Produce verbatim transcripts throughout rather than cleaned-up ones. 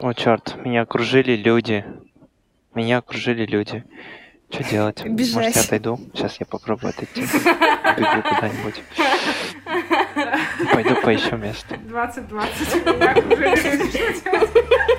О, черт, меня окружили люди. Меня окружили люди. Что делать? Бежать. Может, я отойду? Сейчас я попробую отойти. Бегу куда-нибудь. Пойду поищу место. двадцать двадцать. Меня окружили люди. Что делать?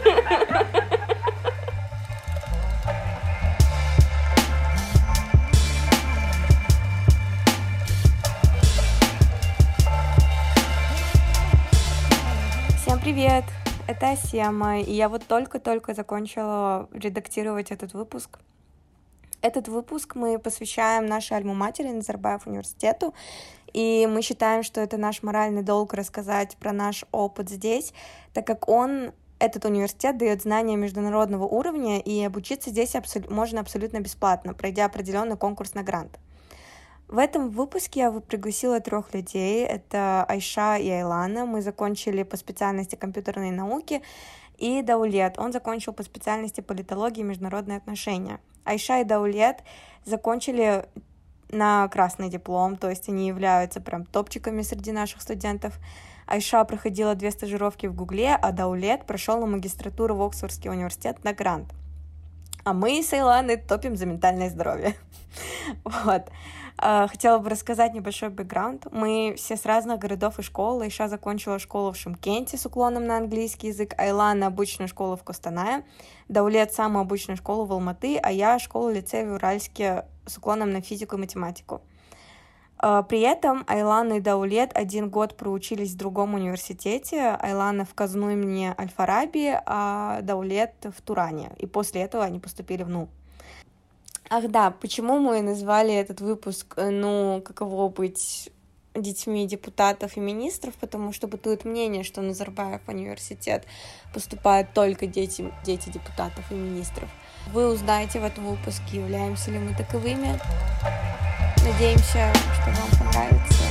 Всем привет! Это Сема, и я вот только-только закончила редактировать этот выпуск. Этот выпуск мы посвящаем нашей альма-матери Назарбаев университету, и мы считаем, что это наш моральный долг рассказать про наш опыт здесь, так как он, этот университет, дает знания международного уровня, и обучиться здесь абсол- можно абсолютно бесплатно, пройдя определенный конкурс на грант. В этом выпуске я пригласила трех людей. Это Айша и Айлана. Мы закончили по специальности компьютерные науки. И Даулет. Он закончил по специальности политологии и международные отношения. Айша и Даулет закончили на красный диплом, то есть они являются прям топчиками среди наших студентов. Айша проходила две стажировки в Гугле, а Даулет прошел на магистратуру в Оксфордский университет на грант. А мы с Айланой топим за ментальное здоровье. Вот. Хотела бы рассказать небольшой бэкграунд. Мы все с разных городов и школ. Айша закончила школу в Шымкенте с уклоном на английский язык, Айлана — обычную школу в Костанае, Даулет — самую обычную школу в Алматы, а я — школу-лицей в Уральске с уклоном на физику и математику. При этом Айлана и Даулет один год проучились в другом университете. Айлана в Казну имени Аль-Фараби, а Даулет в Туране. И после этого они поступили в НУ. Ах да, почему мы назвали этот выпуск «Ну, каково быть детьми депутатов и министров?» Потому что бытует мнение, что Назарбаев университет поступают только дети, дети депутатов и министров. Вы узнаете в этом выпуске, являемся ли мы таковыми. Надеемся, что вам понравится.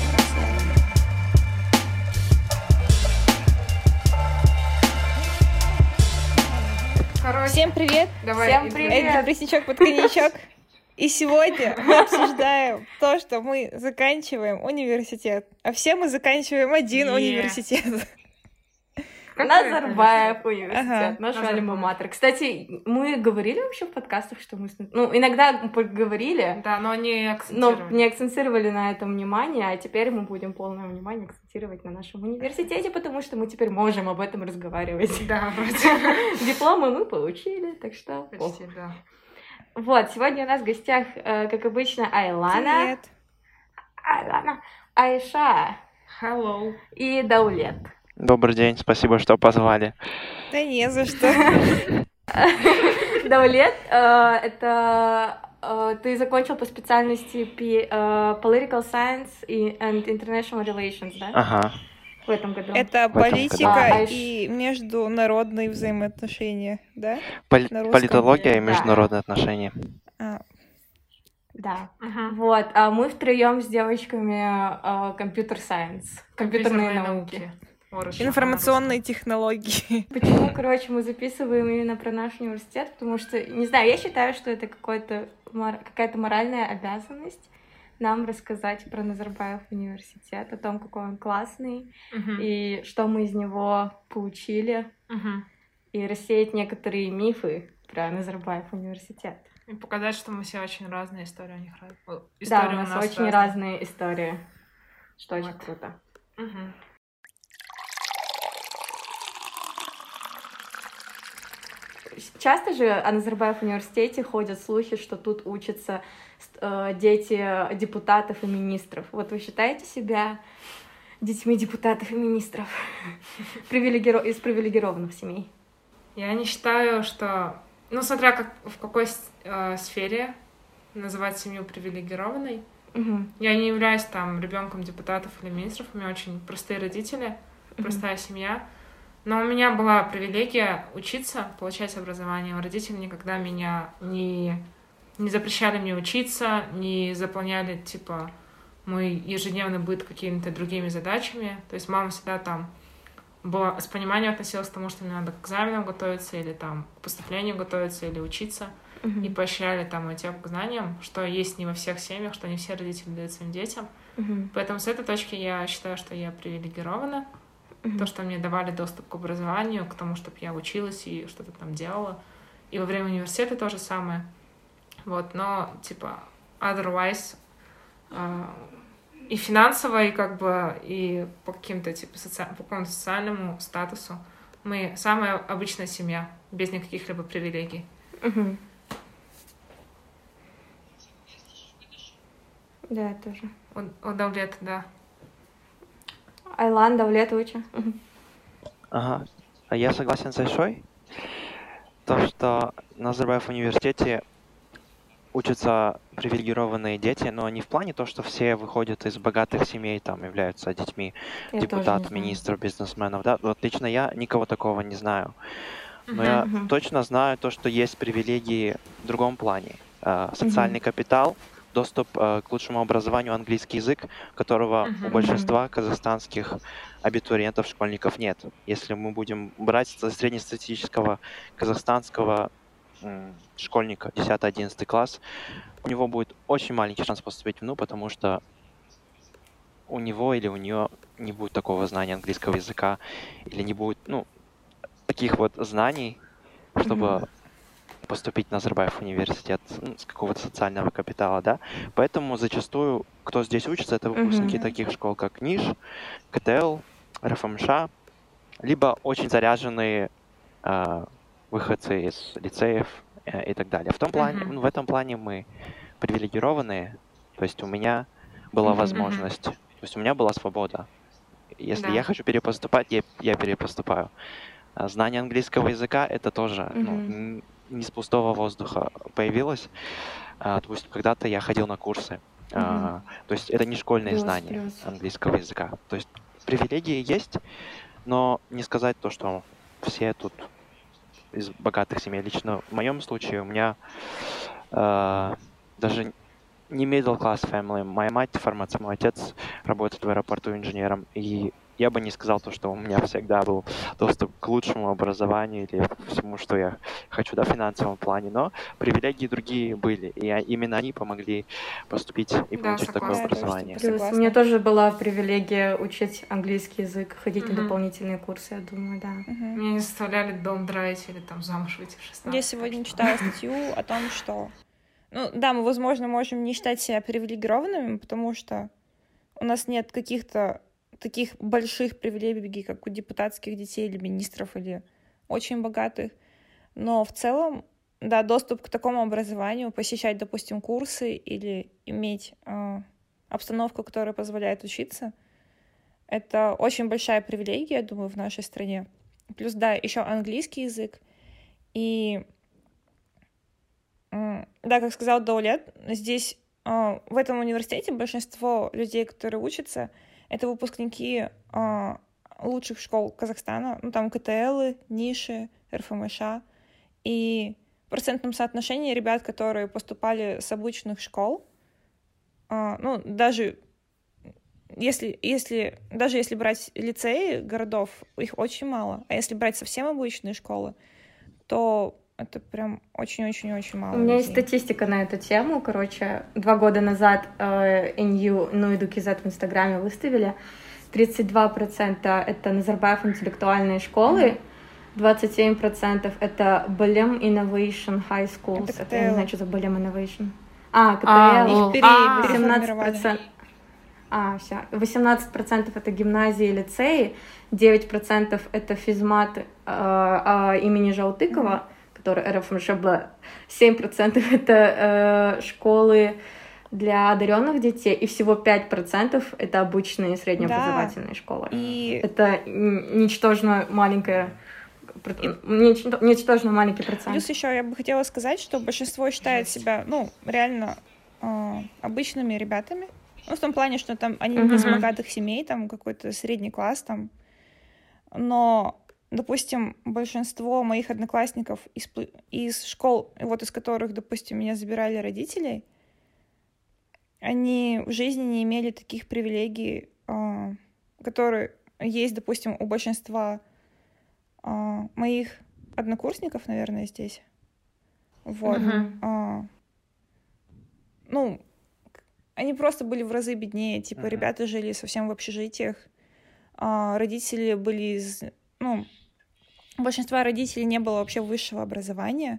Короче, Всем привет! давай. Всем иди. привет. Это Преснячок под коньячок. И сегодня мы обсуждаем то, что мы заканчиваем университет. А все мы заканчиваем один Е. университет. Как Назарбаев ты университет, Ага. наш Назарбаев. альма-матер. Кстати, мы говорили вообще в подкастах, что мы... с- Ну, иногда поговорили, это? Да, но не но акцентировали. не акцентировали на этом внимание, а теперь мы будем полное внимание акцентировать на нашем университете, потому что мы теперь можем об этом разговаривать. Да, вроде. Дипломы мы получили, так что... Почти, да. Вот, сегодня у нас в гостях, э, как обычно, Айлана, Привет. Айлана, Айша Hello. и Даулет. Добрый день, спасибо, что позвали. Да не за что. Даулет, э, это э, ты закончил по специальности P- э, Political Science и and International Relations, да? Ага. В этом году. Это В этом году. политика А, и международные взаимоотношения, да? Поли- На русском. Политология и Да. международные отношения. А, Да. Мгм. Вот, а мы втроем с девочками компьютер сайенс, компьютерные науки. Очень информационные технологии. Почему, короче, мы записываем именно про наш университет? Потому что, не знаю, я считаю, что это какой-то, мор- какая-то моральная обязанность нам рассказать про Назарбаев университет, о том, какой он классный, Мгм. и что мы из него получили, Мгм. и рассеять некоторые мифы про Назарбаев университет. И показать, что мы все очень разные, истории у них разные. О, Да, истории у нас, нас очень разные истории, что очень Вот. круто. Мгм. Часто же о Назарбаев университете ходят слухи, что тут учатся э, дети депутатов и министров. Вот вы считаете себя детьми депутатов и министров Привилегиро- из привилегированных семей? Я не считаю, что... Ну, смотря как, в какой с- э, сфере называть семью привилегированной. Мгм. Я не являюсь там ребенком депутатов или министров, у меня очень простые родители, Мгм. простая семья. Но у меня была привилегия учиться, получать образование. Родители никогда меня не, не запрещали мне учиться, не заполняли, типа, мой ежедневный быт какими-то другими задачами. То есть мама всегда там была, с пониманием относилась к тому, что мне надо к экзаменам готовиться, или там к поступлению готовиться, или учиться. Мгм. И поощряли там идти к знаниям, что есть не во всех семьях, что не все родители дают своим детям. Мгм. Поэтому с этой точки я считаю, что я привилегирована. mm-hmm. то, что мне давали доступ к образованию, к тому, чтобы я училась и что-то там делала. И во время университета то же самое. Вот, но, типа, otherwise, э, и финансово, и как бы, и по каким-то, типа, соци... по какому-то социальному статусу мы самая обычная семья, без никаких либо привилегий. Угу. Да, тоже. У, у Давлета, да. Айлан, Давлет, уча. Ага. А я согласен с Айшой. То, что на Назарбаев университете учатся привилегированные дети, но не в плане то, что все выходят из богатых семей, там являются детьми Я депутатов, министров, бизнесменов, да. Вот лично я никого такого не знаю. Но я Мгм. точно знаю то, что есть привилегии в другом плане. Э, Социальный капитал, доступ э, к лучшему образованию, английский язык, которого у Мгм. большинства казахстанских абитуриентов, школьников нет. Если мы будем брать со среднестатистического казахстанского м, школьника, десятый-одиннадцатый класс, у него будет очень маленький шанс поступить в НУ, потому что у него или у нее не будет такого знания английского языка, или не будет, ну, таких вот знаний, чтобы Мгм. поступить в Назарбаев университет, ну, с какого-то социального капитала, да. Поэтому зачастую, кто здесь учится, это выпускники Мгм. таких школ, как НИШ, КТЛ, РФМШ, либо очень заряженные э, выходцы из лицеев э, и так далее. В том плане, Мгм. ну, в этом плане мы привилегированные, то есть у меня была Мгм. возможность, то есть у меня была свобода. Если Да. я хочу перепоступать, я, я перепоступаю. А знание английского языка это тоже ну, Мгм. н- не с пустого воздуха появилось. А, то есть когда-то я ходил на курсы. А, то есть это не школьные Плюс, знания плюс. английского языка. То есть привилегии есть, но не сказать то, что все тут из богатых семей. Лично в моем случае у меня а, даже не middle class family. Моя мать фармацевт, мой отец работает в аэропорту инженером. И я бы не сказал то, что у меня всегда был доступ к лучшему образованию или всему, что я хочу, да, в финансовом плане. Но привилегии другие были. И я- именно они помогли поступить и Да, получить такое согласна. Да, я тоже образование. типа Плюс согласна. у меня тоже была привилегия учить английский язык, ходить на Мгм. дополнительные курсы, я думаю, да. Мгм. Меня не заставляли дом драить или там замуж выйти в шестнадцать. Я так сегодня что- читала статью о том, что... Ну да, мы, возможно, можем не считать себя привилегированными, потому что у нас нет каких-то таких больших привилегий, как у депутатских детей или министров, или очень богатых. Но в целом, да, доступ к такому образованию, посещать, допустим, курсы или иметь э, обстановку, которая позволяет учиться, это очень большая привилегия, я думаю, в нашей стране. Плюс, да, еще английский язык. И М, да, как сказал Даулет, здесь а, в этом университете большинство людей, которые учатся, это выпускники а, лучших школ Казахстана, ну там КТЛы, Ниши, РФМШ, и в процентном соотношении ребят, которые поступали с обычных школ, а, ну даже если, если, даже если брать лицеи городов, их очень мало, а если брать совсем обычные школы, то это прям очень-очень-очень мало У меня есть людей. статистика на эту тему. Короче, два года назад э, эн ю, ну, Эдукизат в Инстаграме выставили. тридцать два процента это Назарбаев интеллектуальные школы, двадцать семь процентов это Балем Innovation High Schools. Это Это, я не КТЛ. знаю, что за Балем Innovation. А, КТЛ. А, Их лол. пере- А, переформировали. восемнадцать процентов. А, все. восемнадцать процентов это гимназии и лицеи, девять процентов это физмат э, э, имени Жаутыкова, который РФМШБ, семь процентов это э, школы для одаренных детей, и всего пять процентов это обычные среднеобразовательные школы. И Это н- ничтожно маленькая, про- нич- ничтожно маленький процент. плюс еще я бы хотела сказать, что большинство считает себя, ну, реально э, обычными ребятами. Ну, в том плане, что там они не из Мгм. богатых семей, там какой-то средний класс там. Но, допустим, большинство моих одноклассников из, пл- из школ, вот из которых, допустим, меня забирали родители, они в жизни не имели таких привилегий, э, которые есть, допустим, у большинства э, моих однокурсников, наверное, здесь. Вот. Мгм. А, ну, к- они просто были в разы беднее. Типа, Мгм. ребята жили совсем в общежитиях. а, родители были из... Ну, у большинства родителей не было вообще высшего образования.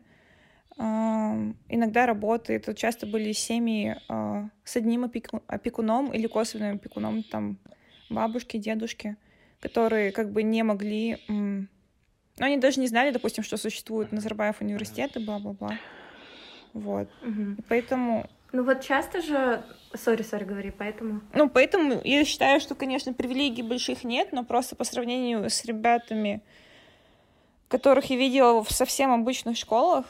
А, иногда работы, это часто были семьи а, с одним опеку... опекуном или косвенным опекуном, там бабушки, дедушки, которые как бы не могли... М... Ну, они даже не знали, допустим, что существует Назарбаев университет и бла-бла-бла. Вот. Мгм. И поэтому... Ну вот часто же... Сори, сори, говори, поэтому... Ну, поэтому я считаю, что, конечно, привилегий больших нет, но просто по сравнению с ребятами, которых я видела в совсем обычных школах,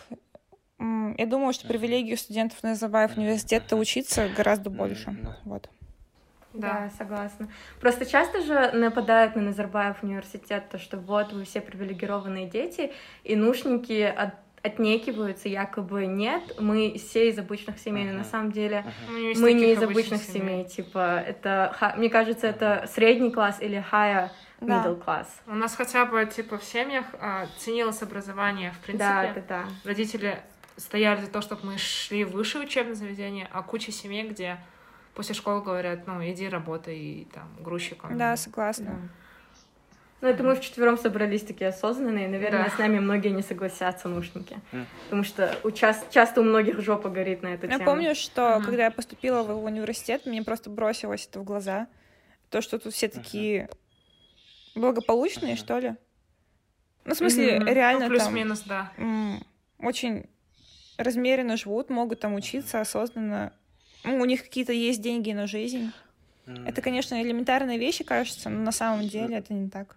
м, я думаю, что привилегий у студентов Назарбаев университета учиться гораздо больше. Вот. Да, Да. согласна. Просто часто же нападают на Назарбаев университет, то, что вот вы все привилегированные дети, и нушники от- отнекиваются, якобы нет, мы все из обычных семей, но на Мгм. самом деле Ну, не из мы не таких из обычных семей, типа, это, ха- мне кажется, это средний класс или higher Да. middle class. У нас хотя бы, типа, в семьях а, ценилось образование, в Да, принципе. да, да. Родители стояли за то, чтобы мы шли в высшее учебное заведение, а куча семей, где после школы говорят, ну, иди работай и там грузчиком. Да, согласна. Да. Ну, это мы вчетвером собрались такие осознанные, наверное, Да. с нами многие не согласятся, нушники. Мгм. Потому что у час- часто у многих жопа горит на эту Я тему. помню, что Мгм. когда я поступила в его университет, мне просто бросилось это в глаза. То, что тут все такие благополучные, Мгм. что ли. Ну, в смысле, Мгм. реально Ну, там плюс-минус, да. м, очень размеренно живут, могут там учиться осознанно. Ну, у них какие-то есть деньги на жизнь. М. Это, конечно, элементарные вещи, кажется, но на самом деле это не так.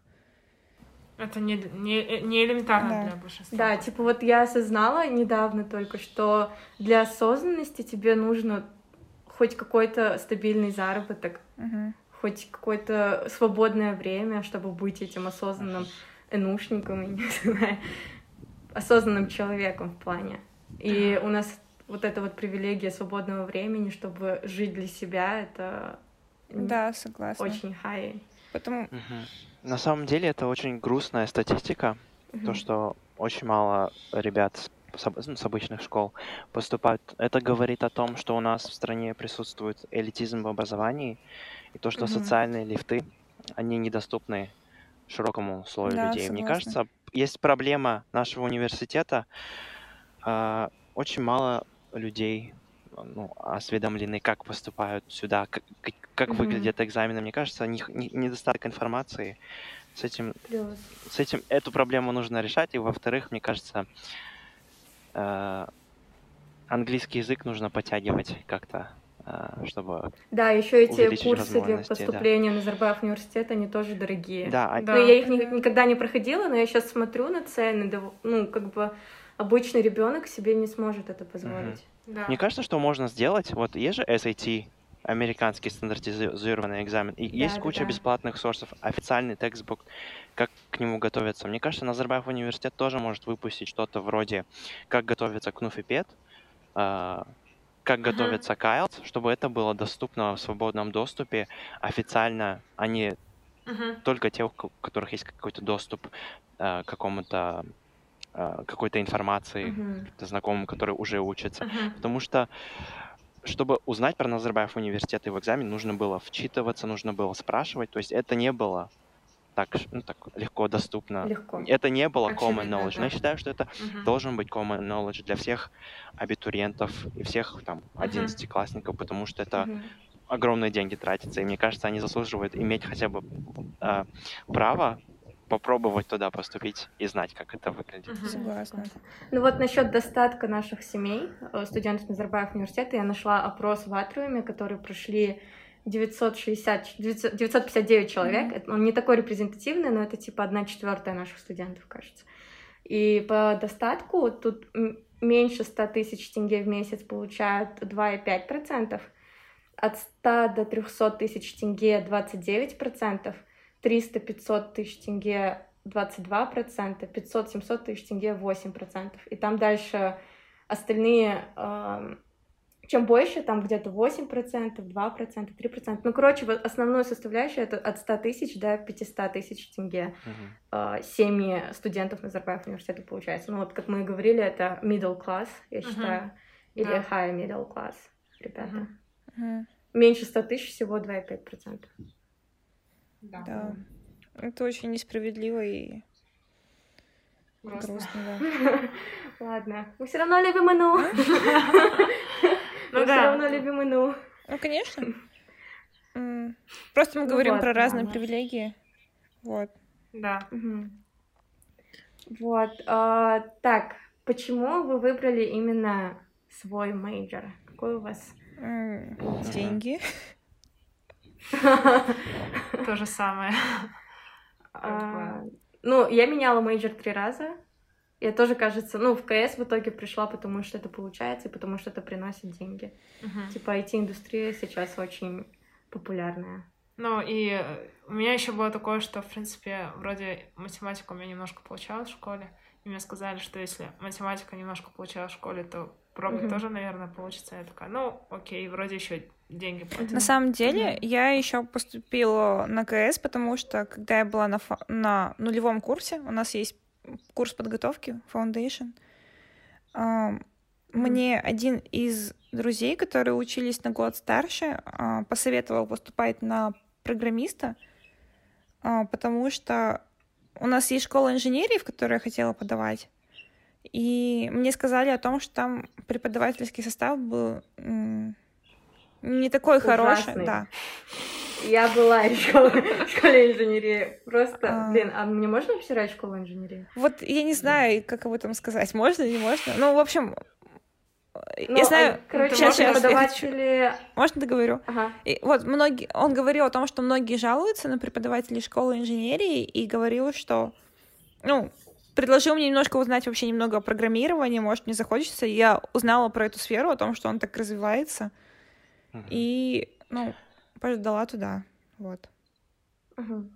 Это не, не, не элементарно Да. для большинства. Да, типа вот я осознала недавно только, что для осознанности тебе нужно хоть какой-то стабильный заработок, Мгм. хоть какое-то свободное время, чтобы быть этим осознанным энушником, я не знаю, осознанным человеком в плане. И у нас вот эта вот привилегия свободного времени, чтобы жить для себя, это Да, согласна. очень high. Потому Мгм. На самом деле это очень грустная статистика, то, Мгм. что очень мало ребят с, с об- ну, с обычных школ поступают. Это говорит о том, что у нас в стране присутствует элитизм в образовании, и то, что Мгм. социальные лифты, они недоступны широкому слою Да, людей. Мне согласна. кажется, есть проблема нашего университета. а, Очень мало людей а, ну, осведомлены, как поступают сюда, как, как- как Мгм. выглядят экзамены. Мне кажется, них- не- недостаток информации. С этим, Плюс. с этим эту проблему нужно решать. И, во-вторых, мне кажется, э, английский язык нужно подтягивать как-то, э, чтобы Да, еще эти увеличить курсы для возможности. Да, поступления на Назарбаев университет, они тоже дорогие. да, а- Да. Ну, я их ни- никогда не проходила, но я сейчас смотрю на цены, да, ну, как бы обычный ребенок себе не сможет это позволить. Да. мне кажется, что можно сделать. Вот есть же эс эй ти, американский стандартизированный экзамен, и есть Да, да, куча да. бесплатных сорсов, официальный текстбук, как к нему готовиться. Мне кажется, Назарбаев университет тоже может выпустить что-то вроде «Как готовится Кнуф и Пет», а, «Как Мгм. готовится Кайлс», чтобы это было доступно в свободном доступе официально, а не Мгм. только те, у ко- у которых есть какой-то доступ а, к какому-то а, какой-то информации, Мгм. каким-то знакомым, которые уже учатся. Мгм. Потому что, чтобы узнать про Назарбаев университет и в экзамен, нужно было вчитываться, нужно было спрашивать. То есть это не было так, ш- ну, так легко доступно. Легко. Это не было common Очевидно, knowledge. Но я да. считаю, что это Мгм. должен быть common knowledge для всех абитуриентов и всех там Мгм. одиннадцатиклассников, потому что это Мгм. огромные деньги тратятся. И мне кажется, они заслуживают иметь хотя бы а, право попробовать туда поступить и знать, как это выглядит. Мгм. согласна. Ну вот насчет достатка наших семей, э, студентов Назарбаев университета, я нашла опрос в Атриуме, который прошли девятьсот шестьдесят, девятьсот пятьдесят девять человек. Мгм. Это, он не такой репрезентативный, но это типа одна четвертая наших студентов, кажется. И по достатку тут м, меньше ста тысяч тенге в месяц получают два и пять десятых процента, от ста до трехсот тысяч тенге двадцать девять процентов, триста-пятьсот тысяч тенге двадцать два процента, пятьсот-семьсот тысяч тенге восемь процентов. И там дальше остальные, эм, чем больше, там где-то восемь процентов, два процента, три процента. Ну, короче, вот основную составляющую это от ста тысяч до пятисот тысяч тенге Мгм. э, семьи студентов Назарбаев университета получается. Ну, вот как мы и говорили, это middle class, я Мгм. считаю, или Да. high middle class, ребята. Мгм. Мгм. Меньше ста тысяч всего два и пять процентов. Да. Да. Это очень несправедливо и Грустно. грустно, да. Ладно, мы все равно любим ИНУ. Ну Мы все да. равно любим ИНУ. Ну, конечно. М, Просто мы Ну говорим вот, про да, разные да. привилегии. Вот. Да. Мгм. Вот, а, так, почему вы выбрали именно свой мейджор? Какой у вас? М, Деньги. То же самое. А, Ну, я меняла мейджор три раза. Я тоже, кажется, ну, в КС в итоге пришла, потому что это получается, и потому что это приносит деньги. Мгм. Типа ай ти-индустрия сейчас очень популярная. Ну, и э, у меня еще было такое, что, в принципе, вроде математика у меня немножко получалась в школе, и мне сказали, что если математика немножко получалась в школе, то прогать Мгм. тоже, наверное, получится. Я такая, ну, окей, вроде еще деньги платят. На самом деле, Мгм. я еще поступила на КС, потому что когда я была на, фа- на нулевом курсе, у нас есть курс подготовки, Foundation, ам, мне один из друзей, которые учились на год старше, а, посоветовал поступать на программиста, а, потому что у нас есть школа инженерии, в которую я хотела подавать, и мне сказали о том, что там преподавательский состав был м, не такой хороший, Ужасный. да. Я была в школе, в школе инженерии. Просто, А. блин, а мне можно обсирать школу инженерии? Вот я не знаю, как об этом сказать, можно или не можно. Ну, в общем, Ну, я знаю, а, короче, сейчас, сейчас, я хочу- преподаватели... можно договорю? Ага. И вот многие, он говорил о том, что многие жалуются на преподавателей школы инженерии и говорил, что, ну, предложил мне немножко узнать вообще немного о программировании, может, мне захочется. И я узнала про эту сферу, о том, что он так развивается, Мгм. и, ну, подала туда, вот. Мгм.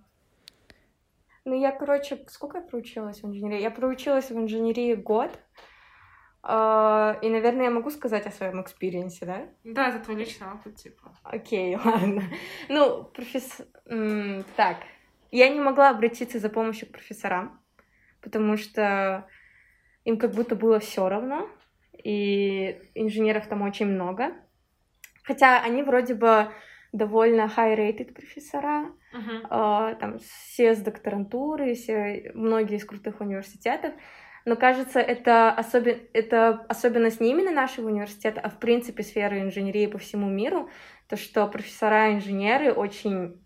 Ну, я, короче, сколько я проучилась в инженерии? Я проучилась в инженерии год, а, и, наверное, я могу сказать о своем экспириенсе, да? Да, это твой личный опыт, типа. Окей, ладно. Ну, профессор... м, Так, я не могла обратиться за помощью к профессорам, потому что им как будто было все равно, и инженеров там очень много. Хотя они вроде бы довольно high-rated профессора, Мгм. а, там все с докторантуры, все, многие из крутых университетов. Но кажется, это, особен, это особенность не именно нашего университета, а в принципе сферы инженерии по всему миру, то что профессора-инженеры очень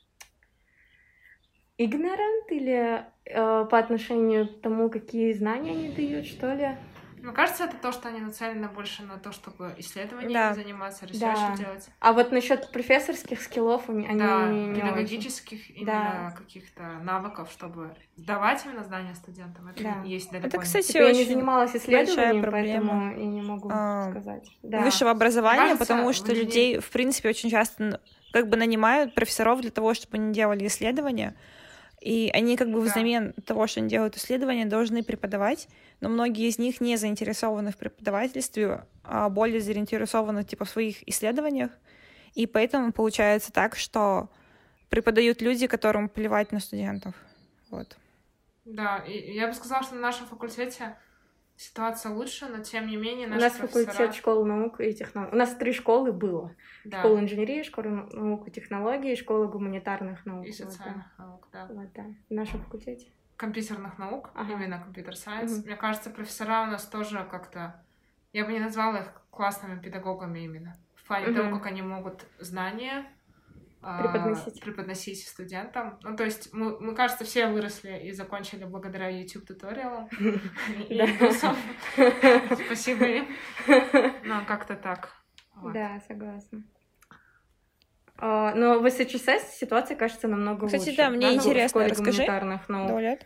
ignorant или э, по отношению к тому, какие знания они дают, что ли. Мне кажется, это то, что они нацелены больше на то, чтобы исследованиями Да. заниматься, Да. ресерчи делать. А вот насчет профессорских скиллов они Да, не очень. педагогических именно Да. каких-то навыков, чтобы давать именно знания студентам. Это Да. есть далеко Это, не- кстати, Типа, я не очень занималась исследованием, проблема, поэтому я не могу а, сказать. Да. высшего образования, Кажется, потому в что инженерии- людей, в принципе, очень часто н- как бы нанимают профессоров для того, чтобы они делали исследования, и они как бы Да. взамен того, что они делают исследования, должны преподавать, но многие из них не заинтересованы в преподавательстве, а более заинтересованы типа в своих исследованиях, и поэтому получается так, что преподают люди, которым плевать на студентов. Вот. Да, и я бы сказала, что на нашем факультете ситуация лучше, но тем не менее У наши нас профессора... факультет школы наук и технологий. У нас три школы было. Да, Школа инженерии, школа наук и технологий, школа гуманитарных наук. и Вот, да. социальных наук, да. Вот, да. В нашем факультете. Компьютерных наук, Ага. именно компьютер-сайенс. Мгм. Мне кажется, профессора у нас тоже как-то... Я бы не назвала их классными педагогами именно. В плане Мгм. того, как они могут знания а, Преподносить. преподносить студентам. Ну, то есть, мы, мы, кажется, все выросли и закончили благодаря YouTube-туториалам и Да. индусам. Спасибо им. Ну, как-то так. Вот. Да, согласна. А, Но в эс эйч эс эс ситуация кажется намного Кстати, лучше. да, мне Ну, в интересно, школе расскажи. гуманитарных наук. Давлет?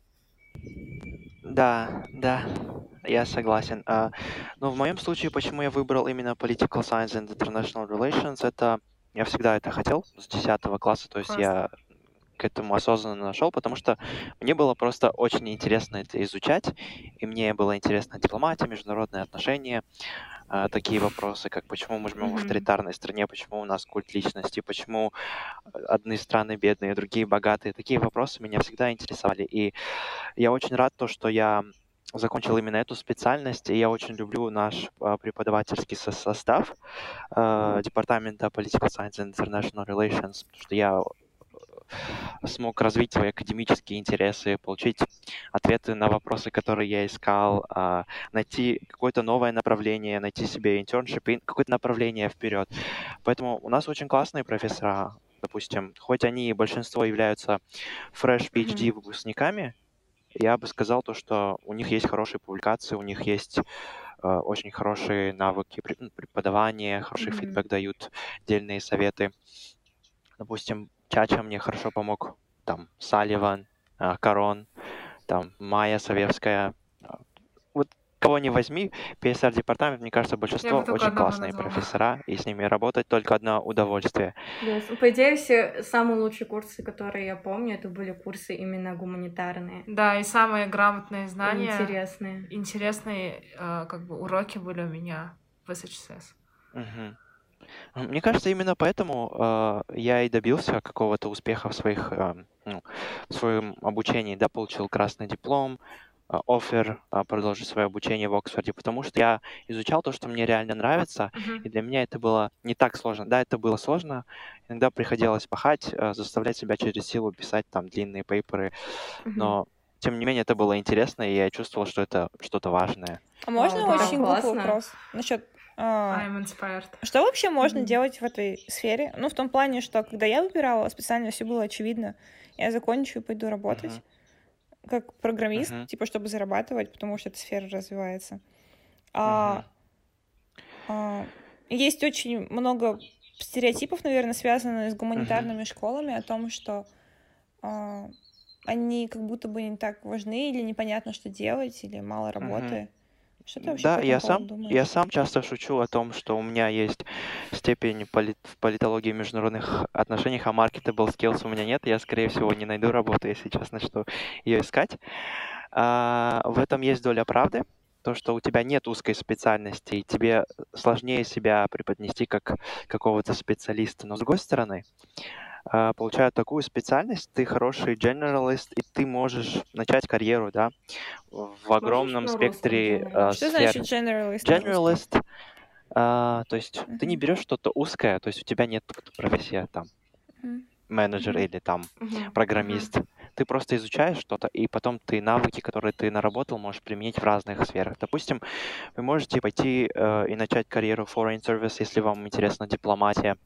Да, да, я согласен. А, но в моем случае, почему я выбрал именно Political Science and International Relations, это я всегда это хотел с десятого класса, то есть Классно. я к этому осознанно нашел, потому что мне было просто очень интересно это изучать, и мне было интересно дипломатия, международные отношения, а, такие вопросы, как почему мы живем в Мгм. авторитарной стране, почему у нас культ личности, почему одни страны бедные, другие богатые. Такие вопросы меня всегда интересовали, и я очень рад то, что я закончил именно эту специальность, и я очень люблю наш а, преподавательский со- состав а, департамента Political Science and International Relations, потому что я смог развить свои академические интересы, получить ответы на вопросы, которые я искал, а, найти какое-то новое направление, найти себе интерншип и какое-то направление вперед. Поэтому у нас очень классные профессора, допустим, хоть они большинство являются fresh PhD Мгм. выпускниками, я бы сказал то, что у них есть хорошие публикации, у них есть э, очень хорошие навыки пре- ну, преподавания, хороший Мгм. фидбэк дают, дельные советы. Допустим, Чача мне хорошо помог, там, Салливан, э, Корон, там, Майя Савевская. А, Вот кого не возьми, пи эс ар-департамент, мне кажется, Я большинство бы только очень одного классные назвала. профессора, и с ними работать только одно удовольствие. Yes. По идее, все самые лучшие курсы, которые я помню, это были курсы именно гуманитарные Да, и самые грамотные и знания, интересные. интересные э, как бы уроки были у меня в эс эйч эс эс. Мгм. Мне кажется, именно поэтому э, я и добился какого-то успеха в своих, э, ну, в своем обучении, да, получил красный диплом, э, оффер э, продолжить свое обучение в Оксфорде, потому что я изучал то, что мне реально нравится, Мгм. и для меня это было не так сложно. Да, это было сложно, иногда приходилось пахать, э, заставлять себя через силу писать там длинные пейперы, Мгм. но тем не менее это было интересно, и я чувствовал, что это что-то важное. А можно Вау, это так очень глупый классно. вопрос насчет... а, I'm inspired. Что вообще можно Мгм. делать в этой сфере? Ну, в том плане, что когда я выбирала специальность, все было очевидно. Я закончу и пойду работать Мгм. как программист, Мгм. типа, чтобы зарабатывать, потому что эта сфера развивается. Мгм. А, а, есть очень много стереотипов, наверное, связанных с Мгм. гуманитарными школами, о том, что а, они как будто бы не так важны, или непонятно, что делать, или мало Мгм. работы. Что ты вообще Да, по этому я поводу сам, я думаешь? сам часто шучу о том, что у меня есть степень поли- в политологии международных отношений, а marketable skills у меня нет. Я, скорее всего, не найду работу, если сейчас начну ее искать. А, в этом есть доля правды. То, что у тебя нет узкой специальности, и тебе сложнее себя преподнести как какого-то специалиста. Но с другой стороны, а, получая такую специальность, ты хороший generalist, и ты можешь начать карьеру, да, в Можешь огромном на русском спектре э, generalist? Что сфер. значит generalist на русском? Generalist, а, то есть ты не Мгм. берешь что-то узкое, то есть у тебя нет профессии там Мгм. менеджер Мгм. или там Мгм. Мгм. программист. Ты просто изучаешь что-то, и потом ты навыки, которые ты наработал, можешь применить в разных сферах. Допустим, вы можете пойти э, и начать карьеру в foreign service, если вам интересна дипломатия.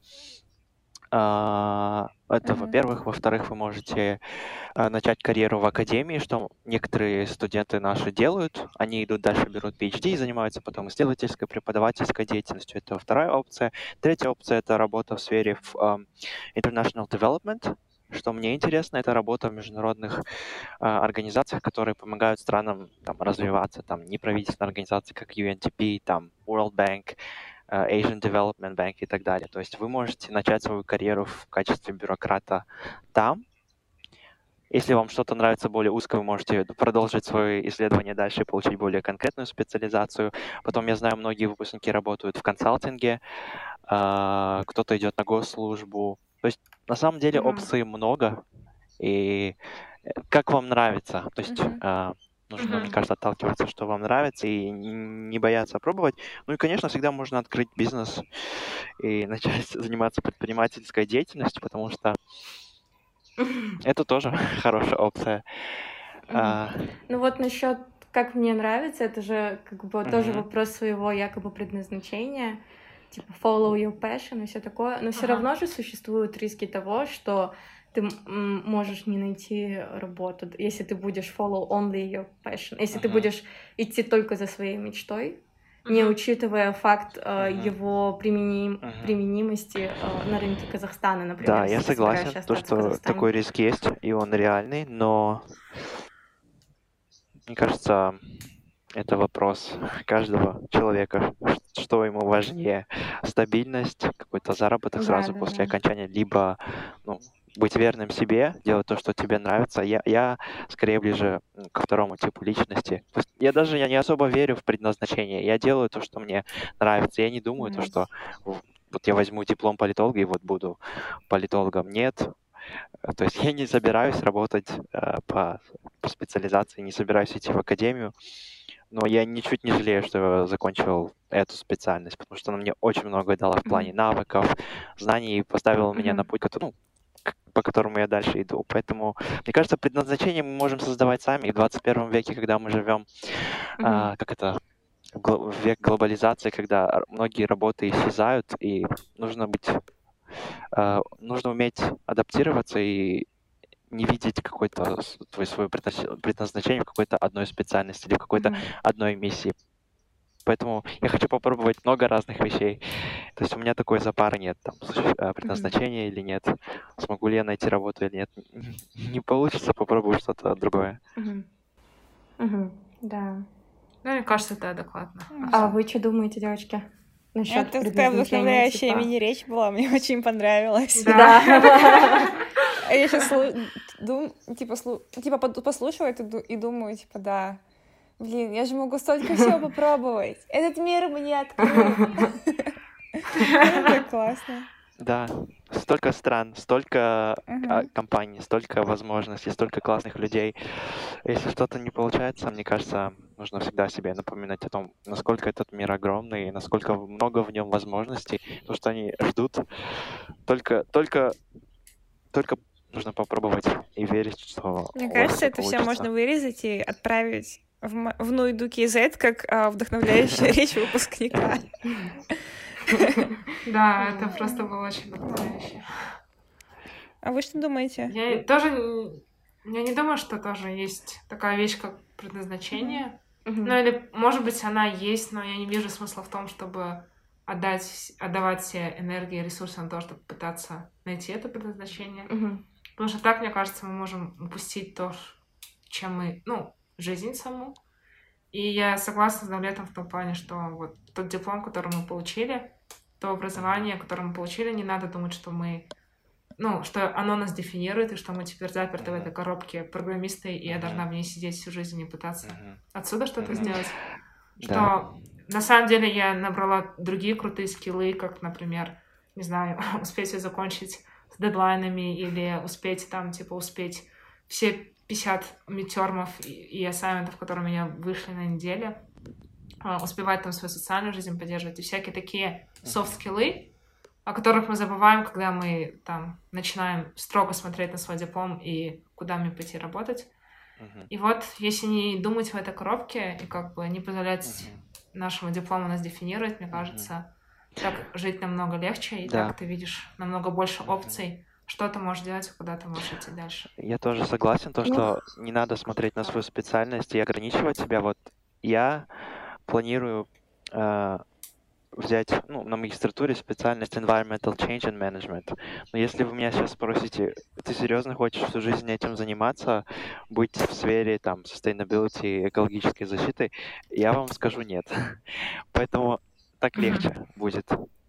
А, Это, Мгм. во-первых. Во-вторых, вы можете а, начать карьеру в академии, что некоторые студенты наши делают. Они идут дальше, берут пи эйч ди и занимаются потом исследовательской, преподавательской деятельностью. Это вторая опция. Третья опция — это работа в сфере в, ам, international development. Что мне интересно, это работа в международных а, организациях, которые помогают странам там, развиваться. Там неправительственные организации, как ю эн ди пи, там, World Bank, а, Asian Development Bank и так далее. То есть вы можете начать свою карьеру в качестве бюрократа там. Если вам что-то нравится более узко, вы можете продолжить свои исследования дальше и получить более конкретную специализацию. Потом, я знаю, многие выпускники работают в консалтинге, а, кто-то идет на госслужбу. То есть, на самом деле, Мгм. опций много, и э, как вам нравится. То есть, Мгм. а, нужно, мне Мгм. кажется, отталкиваться, что вам нравится, и н- не бояться пробовать. Ну и, конечно, всегда можно открыть бизнес и начать заниматься предпринимательской деятельностью, потому что это тоже хорошая опция. Мгм. А, Ну вот насчет как мне нравится, это же как бы тоже мгм. вопрос своего якобы предназначения, типа follow your passion и все такое. Но все Ага. равно же существуют риски того, что ты м, можешь не найти работу, если ты будешь follow only your passion, если ты Мгм. будешь идти только за своей мечтой, не Мгм. учитывая факт э, Мгм. его применим- Мгм. применимости э, на рынке Казахстана, например, Да, я если ты собираешься согласен, то, остаться в что Казахстане. такой риск есть, и он реальный, но мне кажется, это вопрос каждого человека, ш- что ему важнее: стабильность, какой-то заработок Да, сразу да, после да. окончания, либо ну, быть верным себе, делать то, что тебе нравится. Я, я скорее ближе м, ко второму типу личности. То есть я даже я не особо верю в предназначение. Я делаю то, что мне нравится. Я не думаю то, что Nice. в- вот я возьму диплом политолога и вот буду политологом. Нет. Э, То есть я не собираюсь работать э, по, по специализации, не собираюсь идти в академию, но я ничуть не жалею, что закончил эту специальность, потому что она мне очень много дала в плане Мгм. навыков, знаний и поставила меня на Мгм. путь, который, ну, по которому я дальше иду. Поэтому, мне кажется, предназначение мы можем создавать сами. И в двадцать первом веке, когда мы живем, Мгм. а, как это, в гл- в век глобализации, когда р- многие работы исчезают, и нужно быть, а, нужно уметь адаптироваться и не видеть какой-то с- твой, свое предназ- предназначение в какой-то одной специальности или в какой-то Мгм. одной миссии. Поэтому я хочу попробовать много разных вещей. То есть у меня такой запара нет, там, суще- а, Мгм. предназначения или нет, смогу ли я найти работу или нет. Не получится, попробую что-то другое. Мгм. Мгм. Да. Ну, мне кажется, это адекватно. Мгм. А вы что думаете, девочки, насчет Это такая предназначения, вдохновляющая типа? мини-речь была, мне очень понравилась. Да. Да. А я сейчас дум, типа, слу- типа под- послушаю это ду- и думаю, типа, да, блин, я же могу столько всего попробовать. Этот мир мне открыт. Ну, так классно. Да, столько стран, столько а, Мгм. компаний, столько возможностей, столько классных людей. Если что-то не получается, мне кажется, нужно всегда себе напоминать о том, насколько этот мир огромный и насколько много в нем возможностей, потому что они ждут. Только, только, только нужно попробовать и верить, что Мне у вас кажется, все это все можно получится. вырезать и отправить в, м- в Нуиду кей зет как а, вдохновляющая речь выпускника. Да, это просто было очень вдохновляюще. А вы что думаете? Я тоже... н- Я не думаю, что тоже есть такая вещь, как Мгм. предназначение. Ну, Мгм. или, может быть, она есть, но я не вижу смысла в том, чтобы отдать, вс- отдавать все энергии и ресурсы на то, чтобы пытаться найти это предназначение. Мгм. Потому что так, мне кажется, мы можем упустить то, ш- чем мы... Ну, жизнь саму. И я согласна с Давлетом в том плане, что вот тот диплом, который мы получили, то образование, которое мы получили, не надо думать, что мы... Ну, что оно нас дефинирует, и что мы теперь заперты в этой Мгм. коробке программисты, и я Мгм. должна в ней сидеть всю жизнь и пытаться Мгм. отсюда что-то Мгм. сделать. Да. Что на самом деле я набрала другие крутые скиллы, как, например, не знаю, успеть всё закончить с дедлайнами или успеть там, типа, успеть все пятьдесят мидтермов и, и ассайнментов, которые у меня вышли на неделе, а, успевать там свою социальную жизнь поддерживать и всякие такие софт-скиллы, о которых мы забываем, когда мы там начинаем строго смотреть на свой диплом и куда мне пойти работать. Мгм. И вот, если не думать в этой коробке и как бы не позволять Мгм. нашему диплому нас дефинировать, мне Мгм. кажется, так жить намного легче, и Да. так ты видишь намного больше Мгм. опций, что ты можешь делать, и куда ты можешь идти дальше. Я тоже согласен, то, Ну, что не надо смотреть на свою специальность и ограничивать себя. Вот я планирую э, взять, ну, на магистратуре специальность Environmental Change and Management. Но если вы меня сейчас спросите, ты серьезно хочешь всю жизнь этим заниматься, быть в сфере там sustainability, экологической защиты, я вам скажу нет. Поэтому так Мгм. легче будет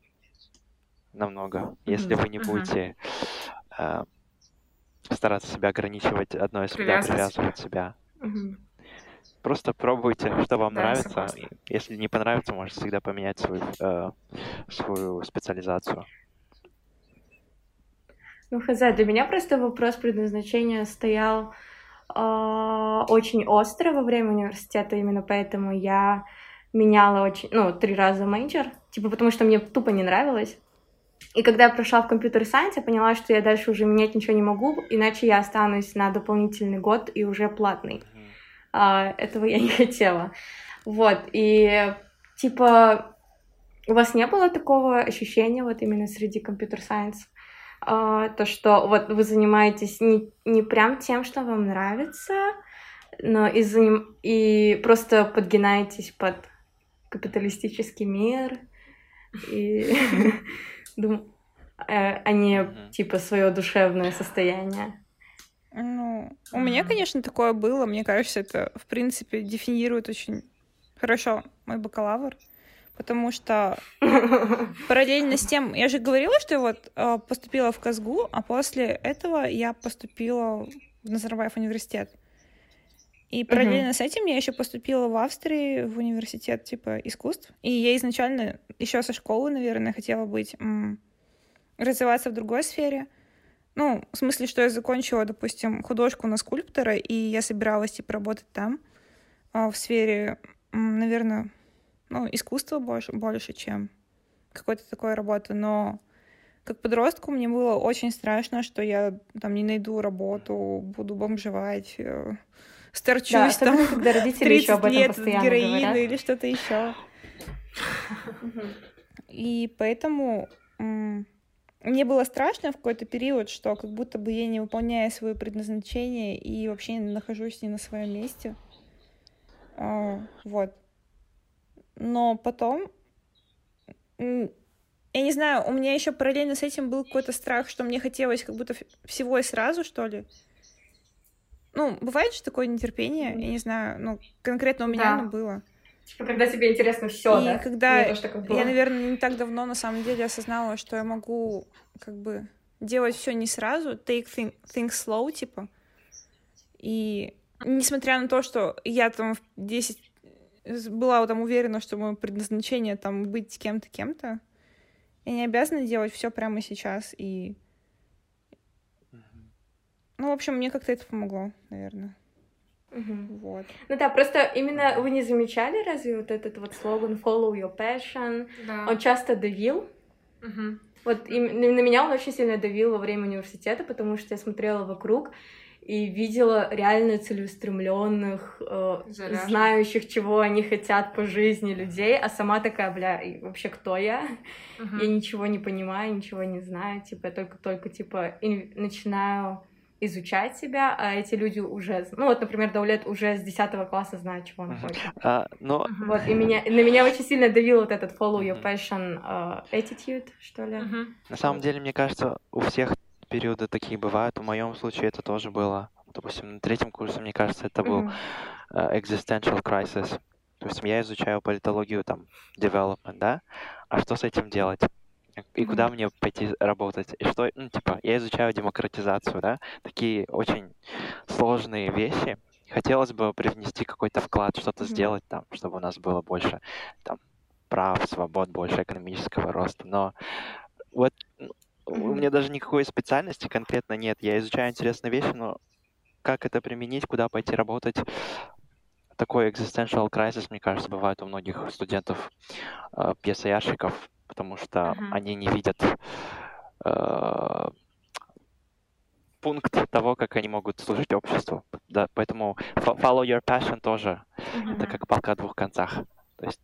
намного, если Мгм. вы не Мгм. будете э, стараться себя ограничивать одной, с- да, Привязывать. привязывать себя. Мгм. Просто пробуйте, что вам Да, я нравится. согласна. И если не понравится, можете всегда поменять свою, э, свою специализацию. Ну, хз, для меня просто вопрос предназначения стоял а, очень остро во время университета, именно поэтому я меняла очень, ну, три раза мейджор, типа потому что мне тупо не нравилось. И когда я прошла в компьютер-сайенс, я поняла, что я дальше уже менять ничего не могу, иначе я останусь на дополнительный год и уже платный. Мгм. А, этого я не хотела. Вот, и типа у вас не было такого ощущения вот именно среди компьютер-сайенс? А, то, что вот вы занимаетесь не, не прям тем, что вам нравится, но и, заним... и просто подгинаетесь под капиталистический мир, и дум- э, а не Мгм. типа свое душевное состояние. Ну, у меня, Мгм. конечно, такое было. Мне кажется, это, в принципе, дефинирует очень хорошо мой бакалавр, потому что параллельно с тем, я же говорила, что я вот э, поступила в КазГУ, а после этого я поступила в Назарбаев университет. И параллельно с этим я еще поступила в Австрии в университет типа искусств. И я изначально еще со школы, наверное, хотела быть м, развиваться в другой сфере. Ну, в смысле, что я закончила, допустим, художку на скульптора, и я собиралась типа работать там а, в сфере, м, наверное, ну, искусства больше, больше, чем какой-то такой работы. Но как подростку мне было очень страшно, что я там не найду работу, буду бомжевать, э, сторчусь Да, там особенно, когда родители еще об тридцать этом лет от постоянно героина говорят. или что-то еще. Мгм. И поэтому м, мне было страшно в какой-то период, что как будто бы я не выполняю свое предназначение и вообще не нахожусь не на своем месте. А, вот. Но потом, м, я не знаю, у меня еще параллельно с этим был какой-то страх, что мне хотелось как будто в- всего и сразу, что ли. Ну, бывает же такое нетерпение, я не знаю, ну, конкретно у меня оно Да. было. Типа, когда тебе интересно все, И да? когда Мне тоже такое я, было. наверное, не так давно на самом деле осознала, что я могу как бы делать все не сразу, take thing- things slow, типа. И несмотря на то, что я там в десять с- была там уверена, что мое предназначение там быть кем-то, кем-то, я не обязана делать все прямо сейчас. И, Мгм. ну, в общем, мне как-то это помогло, наверное. Мгм. Вот. Ну да, просто именно вы не замечали разве вот этот вот слоган «Follow your passion»? Да. Он часто давил. Мгм. Вот им- на на меня он очень сильно давил во время университета, потому что я смотрела вокруг и видела реально целеустремленных, э, Заряженных. знающих, чего они хотят по жизни людей, а сама такая, бля, и вообще кто я? Мгм. Я ничего не понимаю, ничего не знаю, типа я только-только типа ин- начинаю изучать себя, а эти люди уже, ну вот, например, Даулет уже с десятого класса знает, чего он Мгм. хочет. А, но Мгм. Вот, и меня, на меня очень сильно давил вот этот follow your Мгм. passion э, attitude, что ли. Мгм. на самом Вот. деле, мне кажется, у всех периоды такие бывают. В моем случае это тоже было. Допустим, на третьем курсе, мне кажется, это был Мгм. э, existential crisis. То есть я изучаю политологию, там, development, да? А что с этим делать? И куда Мгм. мне пойти работать? И что, ну, типа, я изучаю демократизацию, да? Такие очень сложные вещи. Хотелось бы привнести какой-то вклад, что-то Мгм. сделать там, чтобы у нас было больше там прав, свобод, больше экономического роста. Но вот м, у Мгм. меня даже никакой специальности конкретно нет. Я изучаю интересные вещи, но как это применить, куда пойти работать? Такой existential crisis, мне кажется, бывает у многих студентов, э, пьесоящиков, потому что Мгм. они не видят э, пункт того, как они могут служить обществу. Да, поэтому fo- follow your passion тоже. Это Мгм. как палка о двух концах. То есть,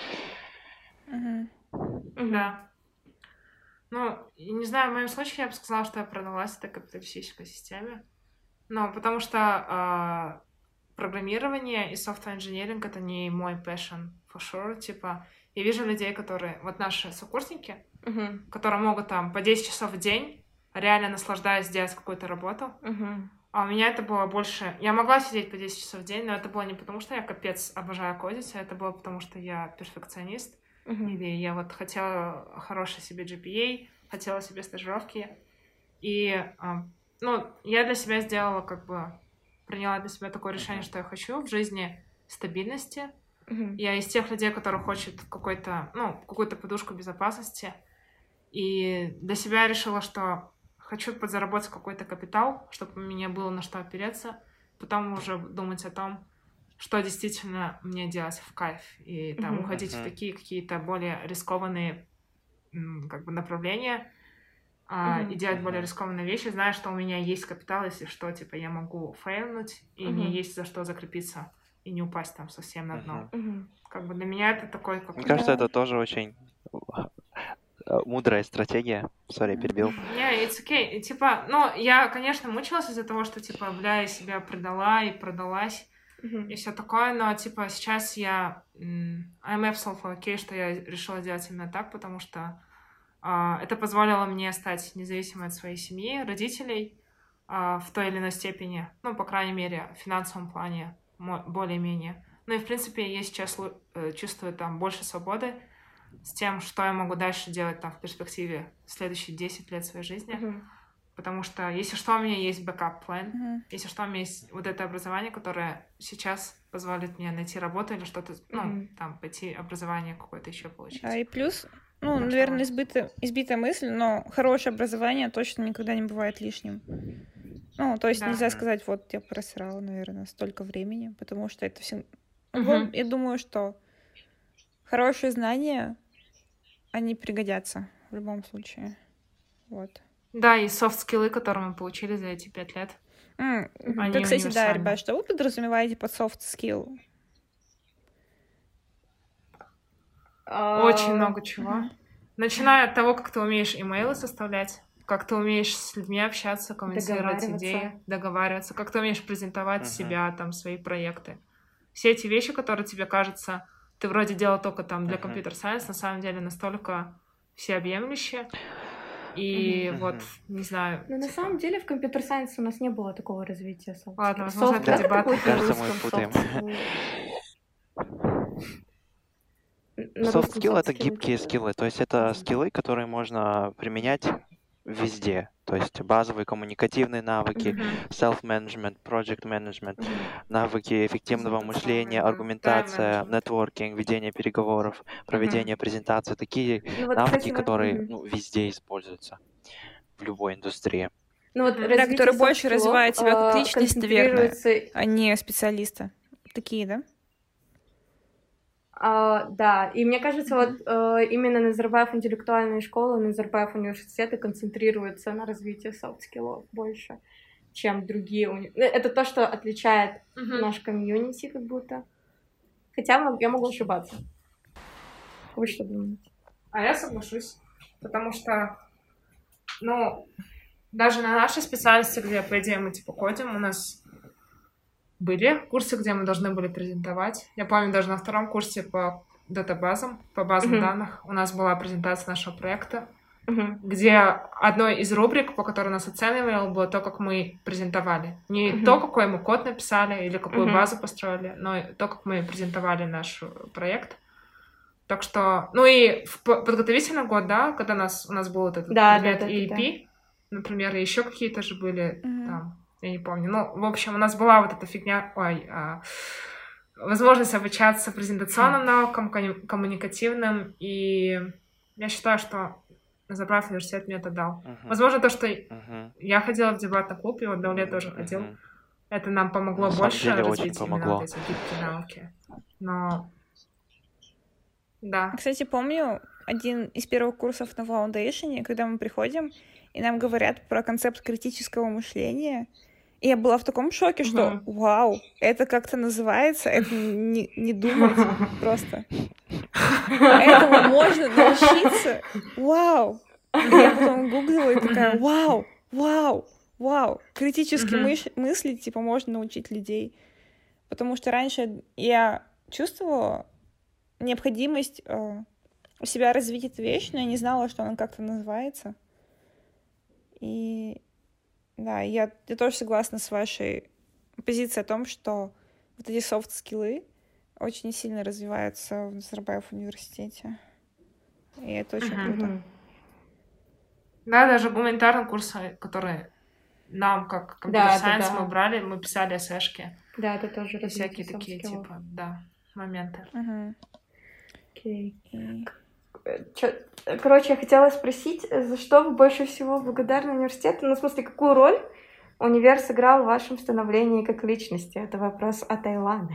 Мгм. Мгм. Да. Ну, и не знаю, в моем случае я бы сказала, что я продалась этой капиталистической системе. Ну, потому что а, программирование и software engineering — это не мой passion, for sure. Типа, я вижу людей, которые, вот наши сокурсники, Мгм. которые могут там по десять часов в день, реально наслаждаясь, делать какую-то работу. Мгм. А у меня это было больше... Я могла сидеть по десять часов в день, но это было не потому, что я капец обожаю кодить, а это было потому, что я перфекционист. Мгм. Или я вот хотела хороший себе джи пи эй, хотела себе стажировки. И, а, ну, я для себя сделала как бы... Приняла для себя такое решение, Мгм. что я хочу в жизни стабильности. Мгм. Я из тех людей, которые хочет какой-то, ну, какую-то подушку безопасности. И для себя решила, что хочу подзаработать какой-то капитал, чтобы у меня было на что опереться, потом уже думать о том, что действительно мне делать в кайф, и там Мгм. уходить в Мгм. такие какие-то более рискованные м, как бы направления, а, и Мгм. делать более Мгм. рискованные вещи, зная, что у меня есть капитал, если что, типа я могу фейлнуть, и мне Мгм. есть за что закрепиться и не упасть там совсем на дно. Мгм. Мгм. Как бы для меня это такой Мне какой-то... кажется, Да. это тоже очень э, мудрая стратегия. Сори, перебил. Не, it's okay. И, типа, ну, я, конечно, мучилась из-за того, что, типа, бля, я себя предала и продалась, Мгм. и все такое, но, типа, сейчас я... м, I'm absolutely okay, что я решила сделать именно так, потому что а, это позволило мне стать независимой от своей семьи, родителей а, в той или иной степени, ну, по крайней мере, в финансовом плане мо- более-менее. Ну и, в принципе, я сейчас лу- э, чувствую там больше свободы с тем, что я могу дальше делать там в перспективе следующие десять лет своей жизни. Мгм. Потому что, если что, у меня есть бэкап-план. Мгм. Если что, у меня есть вот это образование, которое сейчас позволит мне найти работу или что-то, ну, Мгм. там, пойти образование какое-то еще получить. А и плюс, ну, Так что наверное, вот. избита, избитая мысль, но хорошее образование точно никогда не бывает лишним. Ну, то есть Да. нельзя Мгм. сказать, вот я просрала, наверное, столько времени, потому что это все... Мгм. Я думаю, что хорошие знания, они пригодятся в любом случае. Вот. Да, и софт-скиллы, которые мы получили за эти пять лет. М, Они Да, кстати, да, универсальны. ребят, что вы подразумеваете под soft skill? Очень А, много чего. Мгм. Начиная от того, как ты умеешь имейлы составлять, как ты умеешь с людьми общаться, коммуницировать Договариваться. идеи, договариваться, как ты умеешь презентовать Мгм. себя, там, свои проекты. Все эти вещи, которые тебе кажется, ты вроде делал только там для Мгм. компьютер-сайенс, на самом деле настолько всеобъемлющие. И Мгм. вот, Мгм. не знаю, Ну, на типа... самом деле, в компьютер-сайенсе у нас не было такого развития soft Ладно, skill. возможно, Soft, это как это дебаты. будет на Кажется, мы русском? путаем. Soft skill. На Soft русском skill — soft это skill гибкие это скиллы, то есть это один. скиллы, которые можно применять везде. То есть базовые коммуникативные навыки, Мгм. self-management, project management, Мгм. навыки эффективного мышления, Презентационные, да. аргументация, Тайм-менеджмент. нетворкинг, ведение переговоров, Мгм. проведение презентации. Такие Ну вот, навыки, кстати, вот, которые мгм. ну, везде используются в любой индустрии. Ну вот Мгм. Да, развитие которые soft больше скиллов развивают тебя как а, личность, наверное, концентрируется, а не специалиста. Такие, да? а, да, и мне кажется, Мгм. вот а, именно Назарбаев интеллектуальная школа, Назарбаев университеты концентрируются на развитии soft скиллов больше, чем другие. уни- Ну, это то, что отличает Мгм. наш комьюнити как будто. Хотя мо- я могу ошибаться. Вы что думаете? А я соглашусь, потому что, ну, даже на нашей специальности, где, по идее, мы типа кодим, у нас были курсы, где мы должны были презентовать. Я помню, даже на втором курсе по датабазам, по базам Мгм. данных, у нас была презентация нашего проекта, Мгм. где одной из рубрик, по которой нас оценивали, было то, как мы презентовали. Не Мгм. то, какой мы код написали или какую Мгм. базу построили, но и то, как мы презентовали наш э, проект. Так что, ну и в п- подготовительный год, да, когда нас, у нас был вот этот Да, да, предмет да, да, да. и и пи, например, и еще какие-то же были Мгм. там, я не помню. Ну, в общем, у нас была вот эта фигня, ой, а, возможность обучаться презентационным навыкам, комму- коммуникативным, и я считаю, что Назарбаев университет мне это дал. Мгм. Возможно, то, что Мгм. я ходила в дебатный клуб, и вот Даулет тоже ходил, Мгм. это нам помогло На самом больше деле очень развить именно вот помогло. эти гибкие навыки. Но, да. Кстати, помню один из первых курсов на Foundation, когда мы приходим, и нам говорят про концепт критического мышления. И я была в таком шоке, что Мгм. вау, это как-то называется, это не, не думать просто. Этому можно научиться. Вау. И я потом гуглила и такая, Мгм. вау, вау, вау. Критически Мгм. мыш- мыслить, типа, можно научить людей. Потому что раньше я чувствовала необходимость э, у себя развить эту вещь, но я не знала, что она как-то называется. И да, я, я тоже согласна с вашей позицией о том, что вот эти софт-скиллы очень сильно развиваются в Назарбаев университете. И это очень Мгм. круто. Мгм. Да, даже гуманитарные курсы, которые нам, как Да, компьютер-сайенс, да, мы да. брали, мы писали эсэшки Да, это тоже и развитие всякие soft такие, скиллов. типа, да, моменты. Мгм. Окей. И Э, чё- э, Короче, я хотела спросить, э, за что вы больше всего благодарны университету? Ну, в смысле, какую роль универ сыграл в вашем становлении как личности? Это вопрос о Таиланде.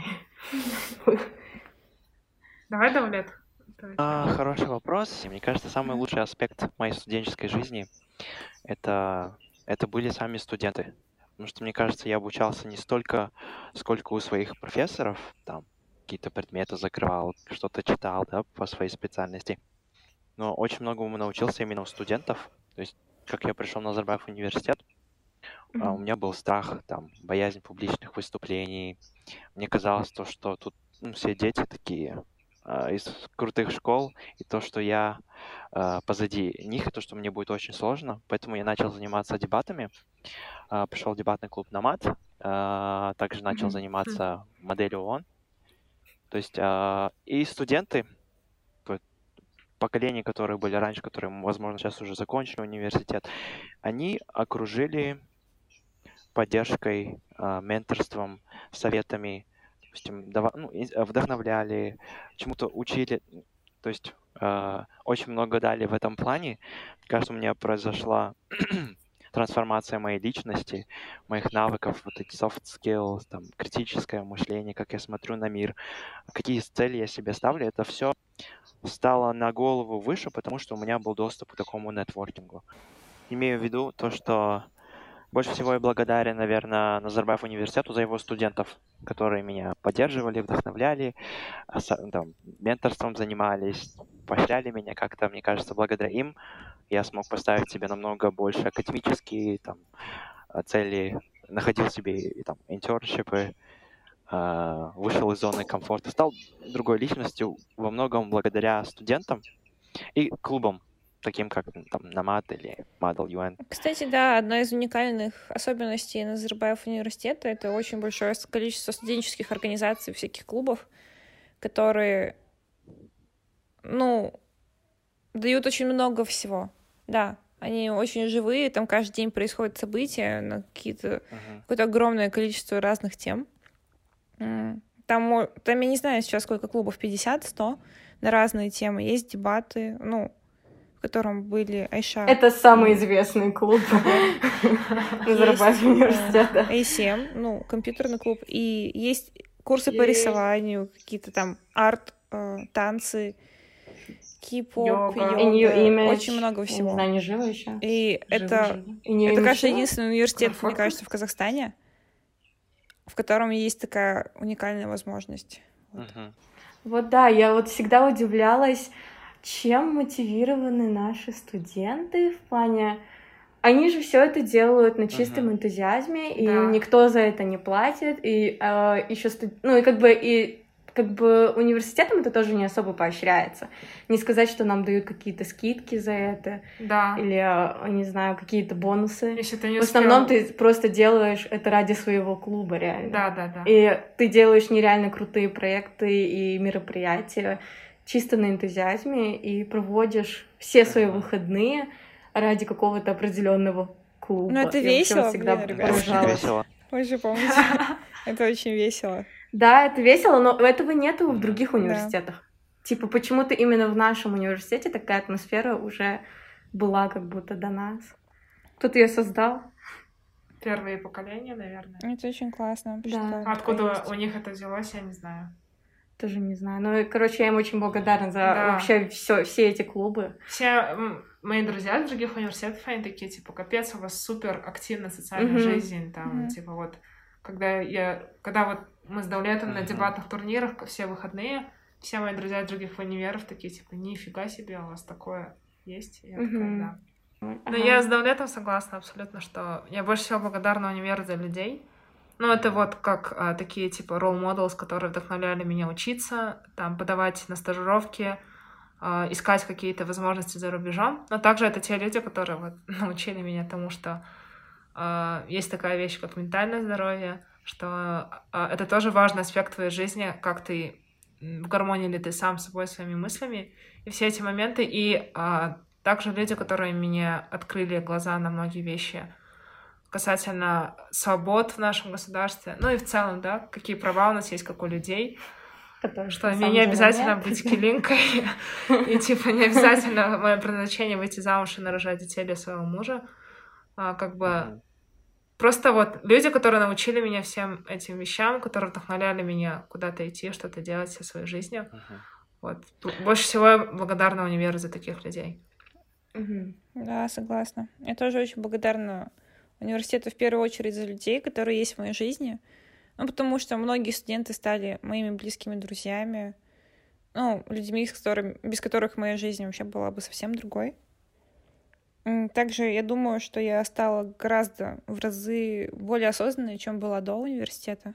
Давай, Даулет. Давай А, первый. Хороший вопрос. И мне кажется, самый Мгм. лучший аспект моей студенческой жизни это, это были сами студенты. Потому что, мне кажется, я обучался не столько, сколько у своих профессоров, там, какие-то предметы закрывал, что-то читал, да, по своей специальности. Но очень многому научился именно у студентов. То есть, как я пришел на Назарбаев университет, а, у Мгм. меня был страх, там, боязнь публичных выступлений. Мне казалось то, что тут ну, все дети такие а, из крутых школ, и то, что я а, позади них, и то, что мне будет очень сложно. Поэтому я начал заниматься дебатами, а, пришел в дебатный клуб «Намат», а, также начал Мгм. Хм. заниматься моделью ООН. То есть а, и студенты, то есть поколение, которые были раньше, которые, м, возможно, сейчас уже закончили университет, они окружили поддержкой, а, менторством, советами, допустим, дава- ну, и, э, вдохновляли, чему-то учили. м, То есть а, очень много дали в этом плане. Кажется, у меня произошла трансформация моей личности, моих навыков, вот эти soft skills, там, критическое мышление, как я смотрю на мир, какие цели я себе ставлю. Это все стало на голову выше, потому что у меня был доступ к такому нетворкингу. имею в виду то, что больше всего я благодарен, наверное, Назарбаев университету за его студентов, которые меня поддерживали, вдохновляли, а са- там, менторством занимались, поощряли меня как-то. Мне кажется, благодаря им я смог поставить себе намного больше академические там, а, цели, находил себе и, там интерншипы, а, вышел из зоны комфорта, стал другой личностью во многом благодаря студентам и клубам, таким как м, там Намат или Model ю эн. Кстати, да, одна из уникальных особенностей Назарбаев университета — это очень большое с- количество студенческих организаций, всяких клубов, которые, ну, дают очень много всего. Да, они очень живые, там каждый день происходят события на какие-то, Мгм. какое-то огромное количество разных тем. М, Там, мо- там, я не знаю сейчас сколько клубов, пятьдесят, сто на разные темы. Есть дебаты, ну, в котором были Айша. Это самый и известный клуб Назарбаев есть университета. эй си эм, ну, компьютерный клуб, и есть курсы по Есть. рисованию, какие-то там арт, э, танцы, кей-поп, Йога. И New йога, Image. очень много Я не всего. знаю, не живо еще? И Живо, это, живо. И New это, Image кажется, живо? единственный университет, мне Конфорка? кажется, в Казахстане, в котором есть такая уникальная возможность. Мгм. Вот да, я вот всегда удивлялась, чем мотивированы наши студенты в плане... Они же все это делают на чистом Мгм. энтузиазме, и Да. никто за это не платит, и еще ну и как бы и как бы университетам это тоже не особо поощряется. Не сказать, что нам дают какие-то скидки за это Да. или, а, не знаю, какие-то бонусы. Если ты не В основном успел- ты просто делаешь это ради своего клуба, реально. Да, да, да. И ты делаешь нереально крутые проекты и мероприятия чисто на энтузиазме и проводишь все свои Мгм. выходные ради какого-то определенного клуба. Ну, это Я вообще весело, вот всегда блин, ребят. Очень поражалась. весело. Вы же помните, это очень весело. Да, это весело, но этого нету в Мгм. других Да. университетах. Типа почему-то именно в нашем университете такая атмосфера уже была как будто до нас. Кто-то ее создал. Первые поколения, наверное. Это очень классно. Да. что такое Откуда есть. у них это взялось, я не знаю. Тоже не знаю. Ну, и, короче, я им очень благодарна за Да. вообще все, все эти клубы. Все м, мои друзья из других университетов, они такие, типа, капец, у вас супер активная социальная Мгм. жизнь, там, Мгм. типа, вот, когда я, когда вот мы с Даулетом на Мгм. дебатных турнирах все выходные, все мои друзья из других универов такие, типа, нифига себе, у вас такое есть? И я такая, Мгм. да. Но Ага. я с Даулетом согласна абсолютно, что я больше всего благодарна универу за людей. Ну, это вот как а, такие, типа, role models, которые вдохновляли меня учиться, там, подавать на стажировки, а, искать какие-то возможности за рубежом. Но также это те люди, которые вот научили меня тому, что а, есть такая вещь, как ментальное здоровье, что а, это тоже важный аспект твоей жизни, как ты, м, в гармонии ли ты сам с собой, своими мыслями, и все эти моменты. И а, также люди, которые мне открыли глаза на многие вещи касательно свобод в нашем государстве, ну и в целом, да, какие права у нас есть, как у людей, Которых что на мне самом не деле обязательно нет. быть килинкой, и типа не обязательно мое предназначение выйти замуж и нарожать детей для своего мужа. А, как бы Мгм. просто вот люди, которые научили меня всем этим вещам, которые вдохновляли меня куда-то идти, что-то делать со своей жизнью. Мгм. Вот. Больше всего я благодарна универу за таких людей. Мгм. Да, согласна. Я тоже очень благодарна университету в первую очередь за людей, которые есть в моей жизни. Ну, потому что многие студенты стали моими близкими друзьями. Ну, людьми, с которыми, без которых моя жизнь вообще была бы совсем другой. М, Также я думаю, что я стала гораздо в разы более осознанной, чем была до университета.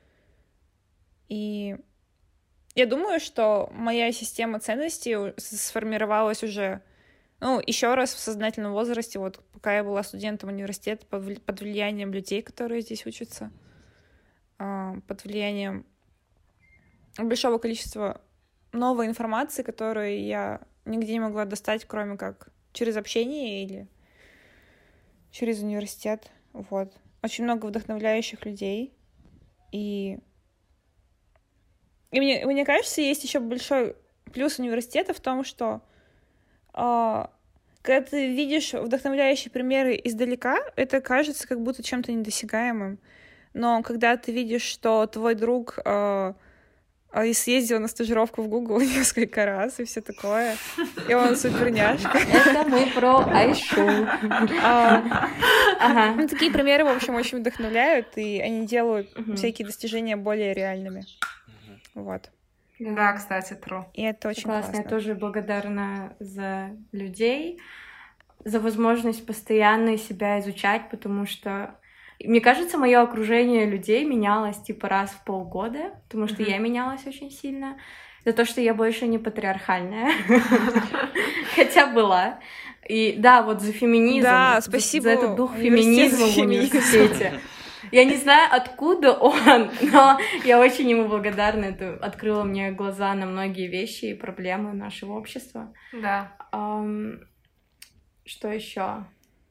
И я думаю, что моя система ценностей у- с- сформировалась уже, ну, еще раз в сознательном возрасте, вот пока я была студентом университета, под, вли- под влиянием людей, которые здесь учатся, а, под влиянием большого количества новой информации, которую я нигде не могла достать, кроме как через общение или через университет. Вот. Очень много вдохновляющих людей. И, и мне, мне кажется, есть еще большой плюс университета в том, что а, когда ты видишь вдохновляющие примеры издалека, это кажется как будто чем-то недосягаемым. Но когда ты видишь, что твой друг а, а, и съездила на стажировку в Google несколько раз, и все такое. И он суперняшка. Это мы про Айшу. А, Ага. Ну, такие примеры, в общем, очень вдохновляют, и они делают Мгм. всякие достижения более реальными. Мгм. Вот. Да, кстати, true. И это очень Классно. Я классно. тоже благодарна за людей, за возможность постоянно себя изучать, потому что мне кажется, мое окружение людей менялось типа раз в полгода, потому что Мгм. я менялась очень сильно. За то, что я больше не патриархальная, хотя была. И да, вот за феминизм, Да, за- спасибо, за этот дух университет феминизма в феминизма. университете. Я не знаю, откуда он, но я очень ему благодарна. Это открыло мне глаза на многие вещи и проблемы нашего общества. Да. Ам, Что еще?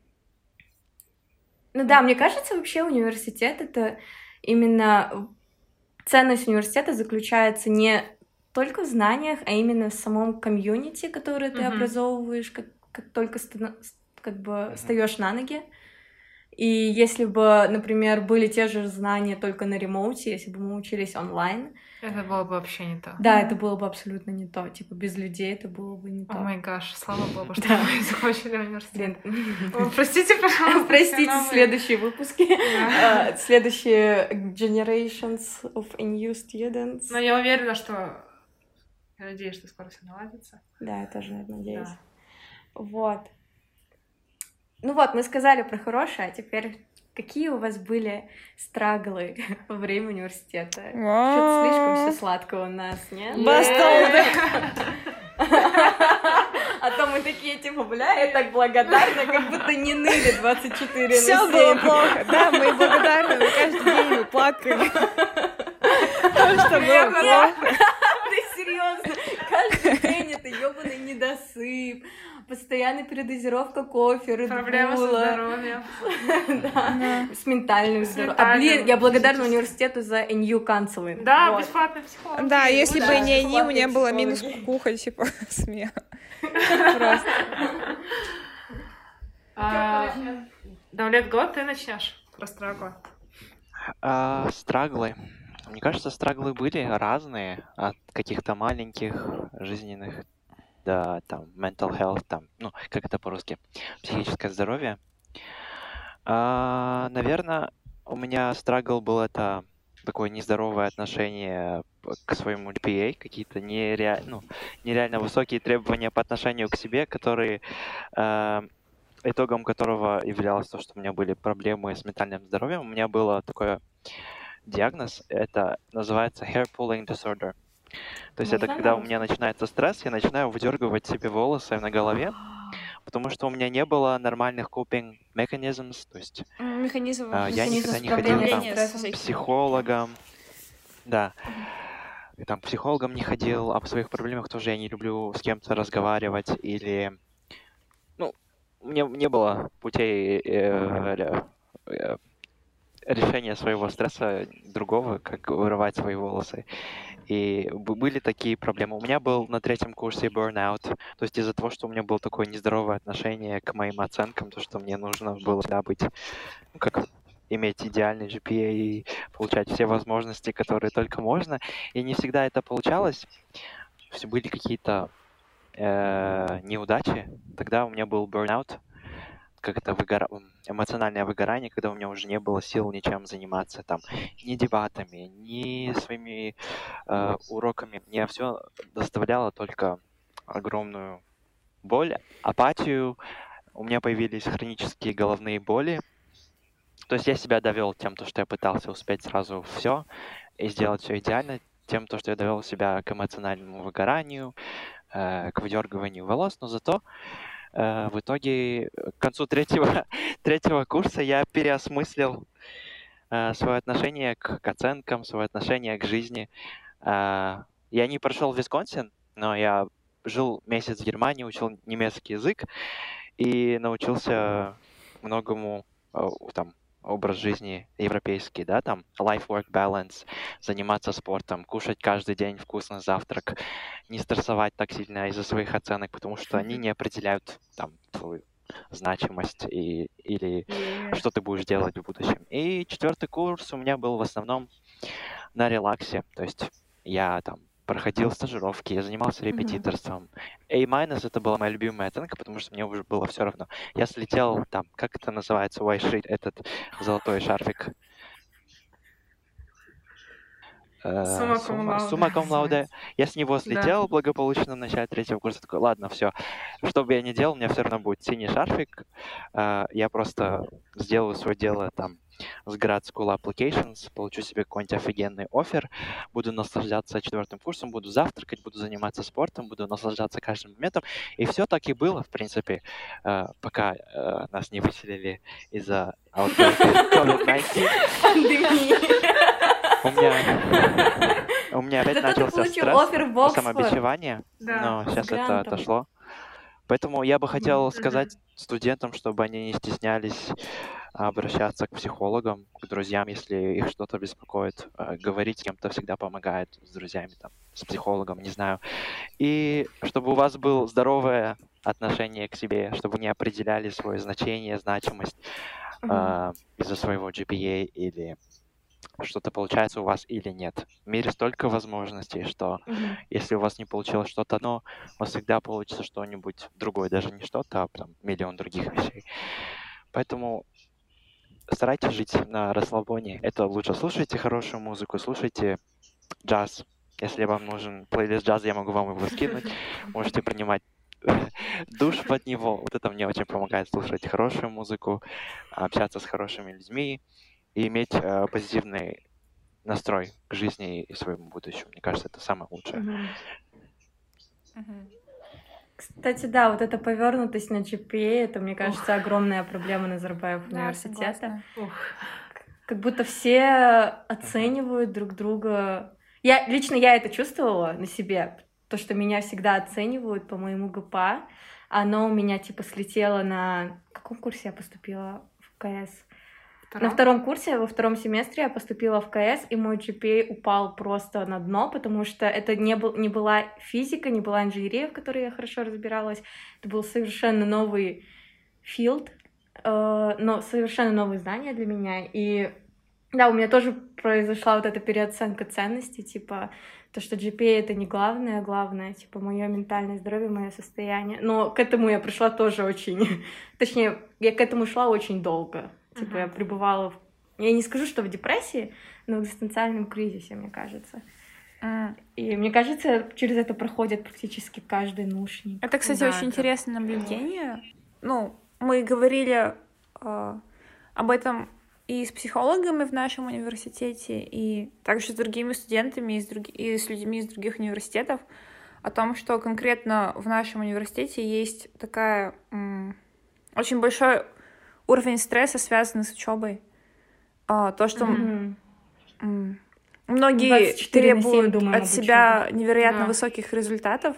Ну да, мне кажется, вообще университет — это именно ценность университета заключается не только в знаниях, а именно в самом комьюнити, которое ты Мгм. образовываешь, как, как только стана- как бы Мгм. встаешь на ноги. И если бы, например, были те же знания только на ремоуте, если бы мы учились онлайн, Это было бы вообще не то. да, это было бы абсолютно не то. Типа без людей это было бы не О то. май гаш, слава богу, что Да. мы закончили университет. Блин. О, Простите, пожалуйста. Простите, все новые. следующие выпуски. Да. А, Следующие Generations of New Students. Но я уверена, что... Я надеюсь, что скоро все наладится. Да, я тоже надеюсь. Да. Вот. Ну вот, мы сказали про хорошее, а теперь какие у вас были страглы во время университета? Что-то слишком все сладко у нас, нет? Басталды. А то мы такие, типа, бля, я так благодарна, как будто не ныли двадцать четыре на семь. Все было плохо. Да, мы благодарны, но каждый день мы плакали. Потому что было плохо. Ты серьезно? Каждый день это ёбаный недосып, постоянная передозировка кофе, Проблемы со редбула, здоровьем. да, с ментальным С здоровьем. А блин, ментальным, я благодарна физическим. университету за эн ю counseling. Да, Вот. бесплатный психолог. Да, если да, бы не они, у бесплатные меня было минус психологи. кукуха, типа, смеха. Просто. А, Давлет, год ты начнешь про страгу. А, страглы. Мне кажется, страглы были разные, от каких-то маленьких жизненных до там mental health, там, ну, как это по-русски, психическое здоровье. А, наверное, у меня страгл был это такое нездоровое отношение п- к своему джи пи эй, какие-то нереаль... ну, нереально высокие требования по отношению к себе, которые э, итогом которого являлось то, что у меня были проблемы с ментальным здоровьем. У меня было такое диагноз, это называется hair pulling disorder. То есть это Можно когда на у меня начинается стресс, я начинаю выдергивать себе волосы на голове, потому что у меня не было нормальных coping mechanisms, то есть М, Механизм а, я Механизм никогда не ходил там справления управления с к стрессом. психологам, да, и там к психологам не ходил, об своих проблемах тоже я не люблю с кем-то разговаривать или, ну, мне не было путей э, ре- э, решения своего стресса другого, как вырывать свои волосы. И б- были такие проблемы. У меня был на третьем курсе burnout, то есть из-за того, что у меня было такое нездоровое отношение к моим оценкам, то, что мне нужно было всегда быть, ну, как иметь идеальный джи пи эй и получать все возможности, которые только можно. И не всегда это получалось. Все были какие-то э, неудачи. Тогда у меня был burnout, как это выгора... м, эмоциональное выгорание, когда у меня уже не было сил ничем заниматься, там, ни дебатами, ни своими э, уроками. Мне все доставляло только огромную боль, апатию. У меня появились хронические головные боли. То есть я себя довел тем, то, что я пытался успеть сразу все и сделать все идеально, тем, то, что я довел себя к эмоциональному выгоранию, э, к выдергиванию волос, но зато э, в итоге э, к концу третьего, третьего курса я переосмыслил э, свое отношение к, к оценкам, свое отношение к жизни. Э, я не прошел в Висконсин, но я жил месяц в Германии, учил немецкий язык и научился многому э, там образ жизни европейский, да, там life-work balance, заниматься спортом, кушать каждый день вкусный завтрак, не стрессовать так сильно из-за своих оценок, потому что они не определяют там твою значимость и, или что ты будешь делать в будущем. И четвертый курс у меня был в основном на релаксе, то есть я там проходил стажировки, я занимался репетиторством. A- это была моя любимая оценка, потому что мне уже было все равно. Я слетел там, как это называется, white sheet, этот золотой шарфик. Сумма кум лауде Сумма кум лауде. называется. Я с него Да. слетел благополучно в начале третьего курса. Такой, ладно, все. Что бы я ни делал, у меня все равно будет синий шарфик. Э, Я просто сделаю свое дело там с Grad School Applications, получу себе какой-нибудь офигенный оффер, буду наслаждаться четвертым курсом, буду завтракать, буду заниматься спортом, буду наслаждаться каждым моментом. И все так и было, в принципе, э, пока э, нас не выселили из-за outbreak ковид девятнадцать. У меня, у меня опять Зато ты начался получил стресс, оффер в Оксфорд. самобичевание, Да. но сейчас это грантом. отошло. Поэтому я бы хотел Мгм. сказать студентам, чтобы они не стеснялись обращаться к психологам, к друзьям, если их что-то беспокоит. Э, Говорить с кем-то всегда помогает, с друзьями, там, с психологом, не знаю. И чтобы у вас было здоровое отношение к себе, чтобы вы не определяли свое значение, значимость Мгм. э, из-за своего джи пи эй или что-то получается у вас или нет. В мире столько возможностей, что Мгм. если у вас не получилось что-то одно, у вас всегда получится что-нибудь другое, даже не что-то, а там миллион других вещей. Поэтому старайтесь жить на расслабоне. Это лучше. Слушайте хорошую музыку, слушайте джаз. Если вам нужен плейлист джаза, я могу вам его скинуть. Можете принимать душ под него. Вот это мне очень помогает слушать хорошую музыку, общаться с хорошими людьми и иметь э, позитивный настрой к жизни и своему будущему. Мне кажется, это самое лучшее. Мгм. Мгм. Кстати, да, вот эта повернутость на джи пи эй, это, мне кажется, огромная проблема Назарбаев Да, университета. согласна. Ух. Как будто все оценивают друг друга. Я лично я это чувствовала на себе, то, что меня всегда оценивают по моему ГПА. Оно у меня типа слетело на каком курсе я поступила в КС? На втором курсе, во втором семестре я поступила в КС, и мой джи пи эй упал просто на дно, потому что это не, был, не была физика, не была инженерия, в которой я хорошо разбиралась. Это был совершенно новый филд, э, но совершенно новые знания для меня. И да, у меня тоже произошла вот эта переоценка ценностей, типа то, что джи пи эй — это не главное, главное, типа, мое ментальное здоровье, мое состояние. Но к этому я пришла тоже очень... Точнее, я к этому шла очень долго. Типа, Мгм. я пребывала... в- Я не скажу, что в депрессии, но в экзистенциальном кризисе, мне кажется. М. И мне кажется, через это проходит практически каждый наушник. Это, кстати, Да, очень это- интересное наблюдение. Ну, мы говорили э, об этом и с психологами в нашем университете, и также с другими студентами, и с, други- и с людьми из других университетов, о том, что конкретно в нашем университете есть такая м, очень большой уровень стресса, связанный с учебой. А, то, что Мгм. м, многие двадцать четыре на семь требуют думаем от об себя невероятно Да. высоких результатов.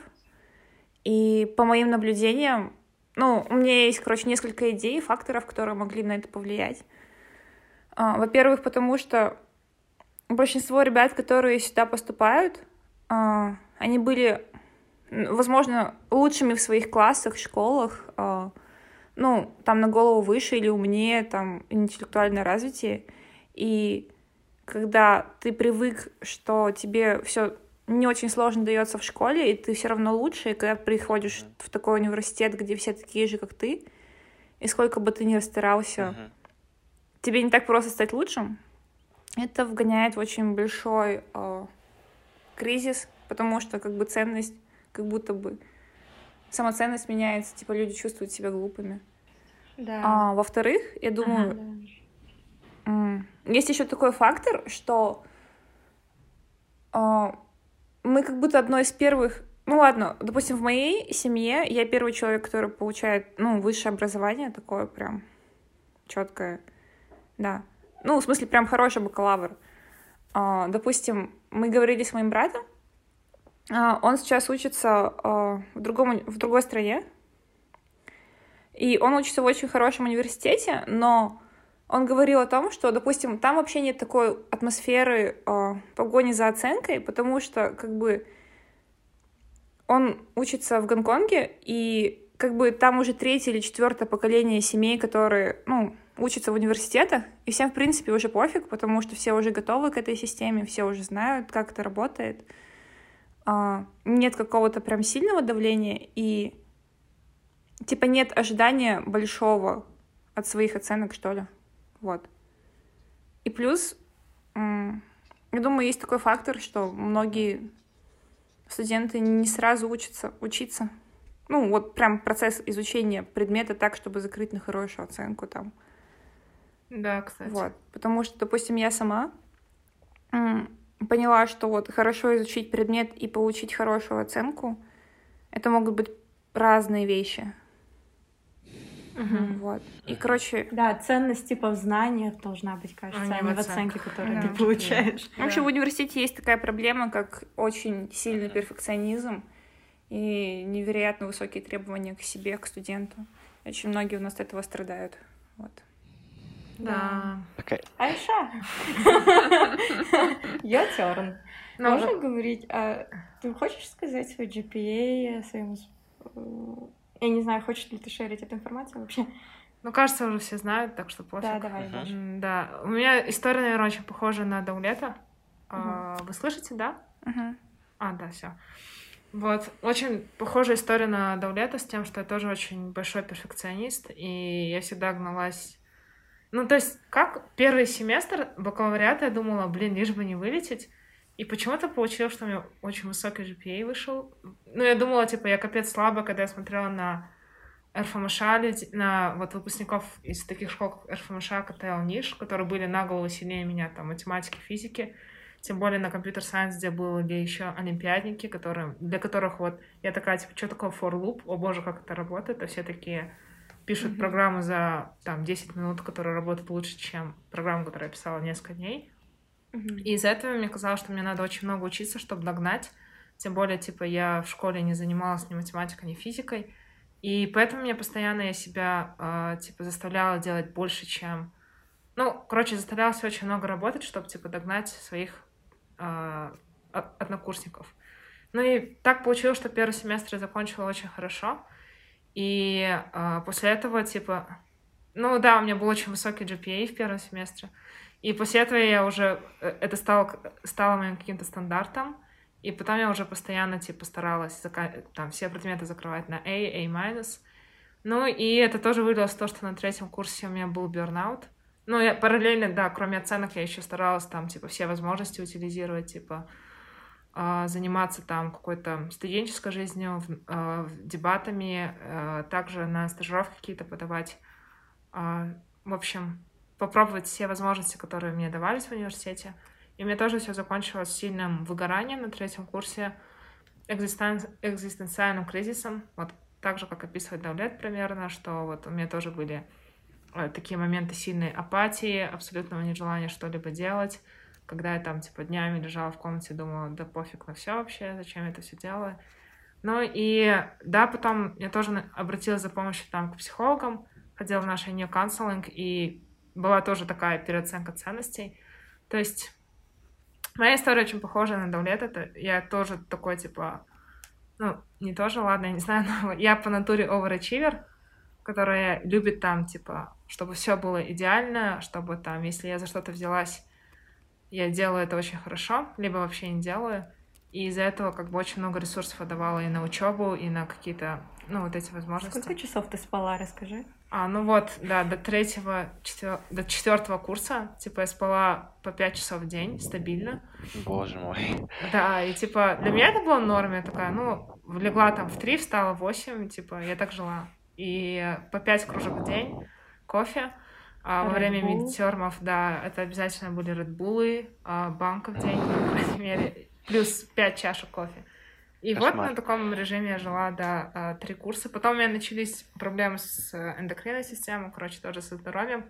И по моим наблюдениям, ну, у меня есть, короче, несколько идей, факторов, которые могли на это повлиять. А, Во-первых, потому что большинство ребят, которые сюда поступают, а, они были, м, возможно, лучшими в своих классах, школах, а, ну, там на голову выше или умнее, там, интеллектуальное развитие. И когда ты привык, что тебе все не очень сложно дается в школе, и ты все равно лучше, и когда приходишь Мгм. в такой университет, где все такие же, как ты, и сколько бы ты ни расстарался, Мгм. тебе не так просто стать лучшим, это вгоняет в очень большой э, кризис, потому что как бы ценность, как будто бы самоценность меняется, типа люди чувствуют себя глупыми. Да. А, во-вторых, я думаю, Да. м, есть еще такой фактор, что а, мы как будто одно из первых, ну ладно, допустим, в моей семье я первый человек, который получает, ну, высшее образование, такое прям четкое, да. Ну, в смысле, прям хороший бакалавр. А, допустим, мы говорили с моим братом, а, он сейчас учится а, в другом, в другой стране, и он учится в очень хорошем университете, но он говорил о том, что, допустим, там вообще нет такой атмосферы э, погони за оценкой, потому что, как бы, он учится в Гонконге, и, как бы, там уже третье или четвертое поколение семей, которые, ну, учатся в университетах, и всем, в принципе, уже пофиг, потому что все уже готовы к этой системе, все уже знают, как это работает. А, нет какого-то прям сильного давления, и типа нет ожидания большого от своих оценок, что ли. Вот. И плюс, м, я думаю, есть такой фактор, что многие студенты не сразу учатся учиться. Ну, вот прям процесс изучения предмета так, чтобы закрыть на хорошую оценку там. Да, кстати. Вот. Потому что, допустим, я сама м, поняла, что вот хорошо изучить предмет и получить хорошую оценку, это могут быть разные вещи. Мгм. Вот. И, короче, Да, ценность типа в знаниях должна быть, кажется, А а не не в в оценке, оценках. которую Да. ты получаешь. в общем, в университете есть такая проблема, как очень сильный перфекционизм и невероятно высокие требования к себе, к студенту. Очень многие у нас от этого страдают. Вот. Да. Такая, Айша, your turn. Ну, Можно вот- говорить, а ты хочешь сказать свой джи пи эй, своему... с- э, Я не знаю, хочешь ли ты шерить эту информацию вообще? ну, кажется, уже все знают, так что пофиг. Да, давай, Мгм. Даша. М, Да, у меня история, наверное, очень похожа на Даулета. А, Вы слышите, да? Мгм. А, да, все. Вот, очень похожая история на Даулета с тем, что я тоже очень большой перфекционист, и я всегда гналась. Ну, то есть, как первый семестр бакалавриата я думала, блин, лишь бы не вылететь, и почему-то получилось, что у меня очень высокий джи пи эй вышел. Ну, я думала, типа, я капец слабо, когда я смотрела на эр эф эм эш а, люд- на вот выпускников из таких школ, как эр эф эм эш а, ка тэ эл, НИШ, которые были на голову сильнее меня, там, математики, физики, тем более на компьютер-сайенс, где были еще олимпиадники, которые, для которых вот я такая, типа, что такое for loop? О боже, как это работает? А все такие пишут Мгм. программу за, там, десять минут, которая работает лучше, чем программа, которую я писала несколько дней. Мгм. И из-за этого мне казалось, что мне надо очень много учиться, чтобы догнать. Тем более, типа, я в школе не занималась ни математикой, ни физикой. И поэтому мне постоянно я себя, э, типа, заставляла делать больше, чем... Ну, короче, заставляла себя очень много работать, чтобы, типа, догнать своих э, о- однокурсников. Ну и так получилось, что первый семестр я закончила очень хорошо. И э, после этого, типа... Ну да, у меня был очень высокий джи пи эй в первом семестре. И после этого я уже... э, Это стало, к- стало моим каким-то стандартом. И потом я уже постоянно, типа, старалась зака- там все предметы закрывать на A, A-. Ну, и это тоже вылилось в то, что на третьем курсе у меня был бернаут. Ну, я параллельно, да, кроме оценок, я еще старалась там, типа, все возможности утилизировать, типа, а, заниматься там какой-то студенческой жизнью, в- а, в- дебатами, а, также на стажировки какие-то подавать. А, В общем, попробовать все возможности, которые мне давались в университете. И у меня тоже все закончилось сильным выгоранием на третьем курсе, экзистен- экзистенциальным кризисом, вот так же, как описывает Даулет примерно, что вот у меня тоже были э, такие моменты сильной апатии, абсолютного нежелания что-либо делать, когда я там типа днями лежала в комнате и думала, да пофиг на все вообще, зачем я это все делаю. Ну и да, потом я тоже на- обратилась за помощью там к психологам, ходила в наш New Counseling, и была тоже такая переоценка ценностей. То есть моя история очень похожа на Даулет. Это я тоже такой, типа, ну, не тоже, ладно, я не знаю, но я по натуре overachiever, которая любит там, типа, чтобы все было идеально, чтобы там, если я за что-то взялась, я делаю это очень хорошо, либо вообще не делаю. И из-за этого как бы очень много ресурсов отдавала и на учебу, и на какие-то, ну, вот эти возможности. Сколько часов ты спала, расскажи? А, ну вот, да, до третьего, четвер... до четвертого курса, типа, я спала по пять часов в день стабильно. боже мой. Да, и типа, для меня это было норма, я такая, ну, легла там в три, встала в восемь, типа, я так жила. И по пять кружек в день, кофе. А во Red время Bull. мидтермов, да, это обязательно были редбулы, банка в день, по крайней мере, плюс пять чашек кофе. И вот Кошмар. на таком режиме я жила, да, а, три курса. Потом у меня начались проблемы с э, эндокринной системой, короче, тоже со здоровьем.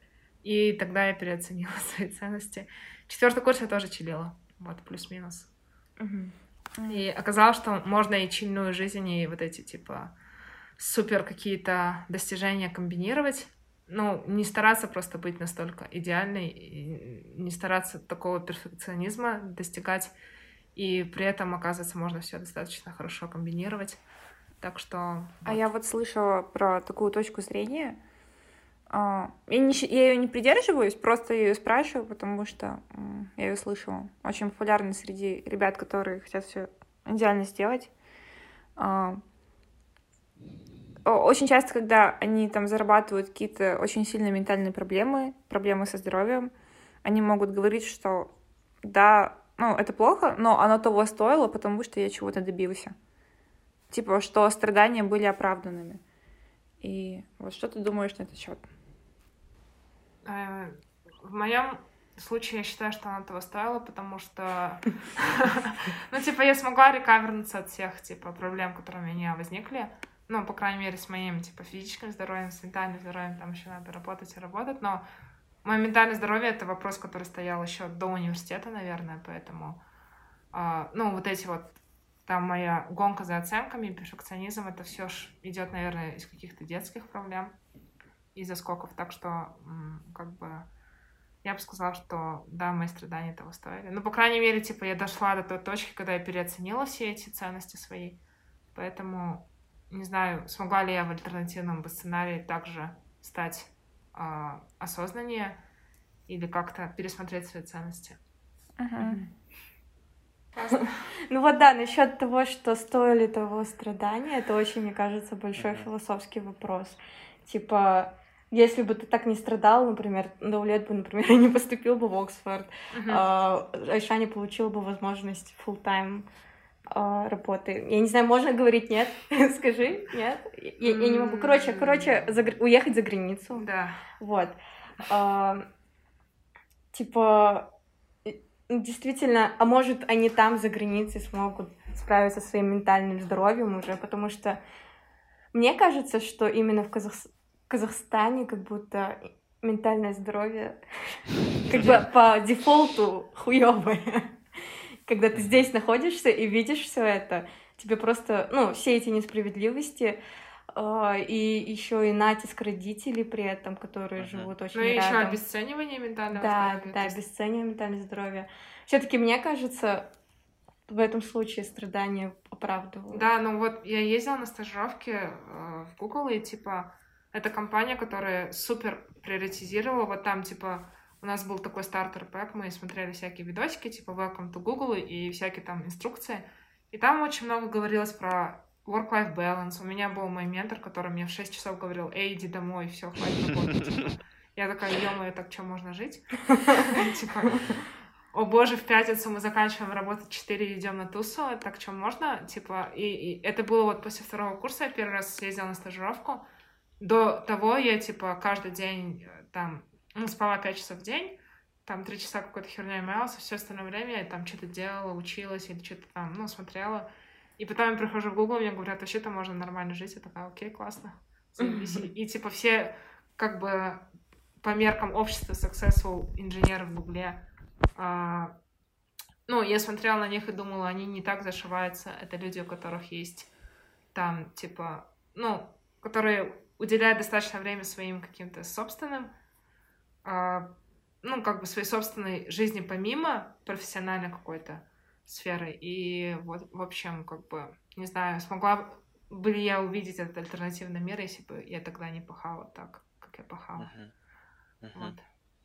И тогда я переоценила свои ценности. Четвертый курс я тоже чилила, вот, плюс-минус. Мгм. И оказалось, что можно и чильную жизнь, и вот эти, типа, супер какие-то достижения комбинировать. Ну, не стараться просто быть настолько идеальной, и не стараться такого перфекционизма достигать, и при этом, оказывается, можно все достаточно хорошо комбинировать. Так что... А я вот слышала про такую точку зрения, А, Я, не щ- я ее не придерживаюсь, просто я ее спрашиваю, потому что м, я ее слышала. Очень популярна среди ребят, которые хотят все идеально сделать. А, о- Очень часто, когда они там зарабатывают какие-то очень сильные ментальные проблемы, проблемы со здоровьем, они могут говорить, что да, ну, это плохо, но оно того стоило, потому что я чего-то добился. Типа, что страдания были оправданными. И вот что ты думаешь на этот счет? Э, В моем случае я считаю, что она того стоила, потому что, ну, типа, я смогла рекавернуться от всех, типа, проблем, которые у меня возникли. Ну, по крайней мере, с моим, типа, физическим здоровьем, с ментальным здоровьем, там еще надо работать и работать, но мое ментальное здоровье — это вопрос, который стоял еще до университета, наверное, поэтому, а, ну, вот эти вот, там моя гонка за оценками, перфекционизм, это все ж идет, наверное, из каких-то детских проблем, из заскоков, так что, м, как бы, я бы сказала, что да, мои страдания того стоили. Ну, по крайней мере, типа, я дошла до той точки, когда я переоценила все эти ценности свои. Поэтому не знаю, смогла ли я в альтернативном бы сценарии также стать а, осознаннее или как-то пересмотреть свои ценности. Ага. Классно. Ну вот да, насчет того, что стоили того страдания, это очень, мне кажется, большой Мгм. философский вопрос. Типа, если бы ты так не страдал, например, Даулет бы, например, не поступил бы в Оксфорд, Мгм. а, Айша не получила бы возможность full-time а, работы. Я не знаю, можно говорить нет? Скажи, нет? Я, я не могу. Короче, короче, за гр- уехать за границу. Да. Вот. А, типа, э, действительно, а может, они там за границей смогут справиться со своим ментальным здоровьем уже, потому что мне кажется, что именно в Казах- Казахстане как будто ментальное здоровье как бы по дефолту хуёвое. Когда ты здесь находишься и видишь все это, тебе просто, ну, все эти несправедливости, а, и еще и натиск родителей при этом, которые Мгм. живут очень Ну и еще рядом. обесценивание ментального Да, здоровья. да, то есть- обесценивание ментального здоровья. Все-таки мне кажется, в этом случае страдания оправдывают. Да, ну вот я ездила на стажировки э, в Google, и типа это компания, которая супер приоритизировала. Вот там типа у нас был такой стартер-пэк, мы смотрели всякие видосики, типа Welcome to Google и всякие там инструкции. И там очень много говорилось про work-life balance. У меня был мой ментор, который мне в шесть часов говорил: эй, иди домой, все, хватит работать. Типа. Я такая: ё-моё, так что, можно жить? Типа, о боже, в пятницу мы заканчиваем работать четыре, идем на тусу, так что можно? Типа, и, и это было вот после второго курса, я первый раз съездила на стажировку. До того я, типа, каждый день э, там, ну, спала пять часов в день, там три часа какой-то херней маялась, все остальное время я там что-то делала, училась или что-то там, ну, смотрела. И потом я прихожу в Google, мне говорят: вообще-то можно нормально жить. Я такая: окей, классно. Заебись. И, и, типа, все, как бы, по меркам общества successful инженеры в Гугле, а, ну, я смотрела на них и думала, они не так зашиваются. Это люди, у которых есть там, типа, ну, которые уделяют достаточно времени своим каким-то собственным, а, ну, как бы своей собственной жизни помимо профессиональной какой-то сферы. И вот, в общем, как бы, не знаю, смогла бы ли я увидеть этот альтернативный мир, если бы я тогда не пахала так, как я пахала. Мгм. Мгм. Вот.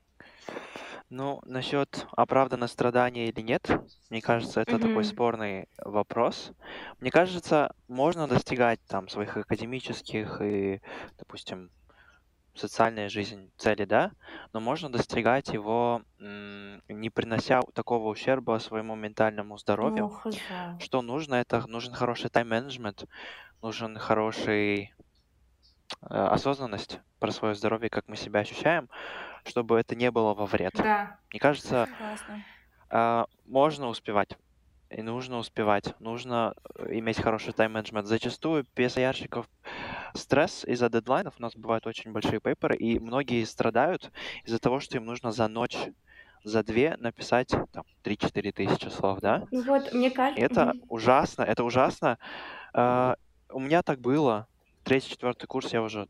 Ну, насчет оправданного страдания или нет, мне кажется, это такой Мгм. спорный вопрос. Мне кажется, можно достигать там своих академических и, допустим, социальная жизнь цели, да, но можно достигать его, м, не принося такого ущерба своему ментальному Ну, здоровью. хз. Что нужно? Это нужен хороший тайм-менеджмент, нужен хороший э, осознанность про свое здоровье, как мы себя ощущаем, чтобы это не было во вред. Да. Мне кажется, Согласна. а, можно успевать. И нужно успевать. Нужно э, иметь хороший тайм-менеджмент. Зачастую без ящиков стресс из-за дедлайнов. У нас бывают очень большие пейперы, и многие страдают из-за того, что им нужно за ночь, за две написать там три-четыре тысячи слов, да? Ну вот, мне И кажется... это ужасно, это ужасно. А, у меня так было. Третий, четвертый курс я уже так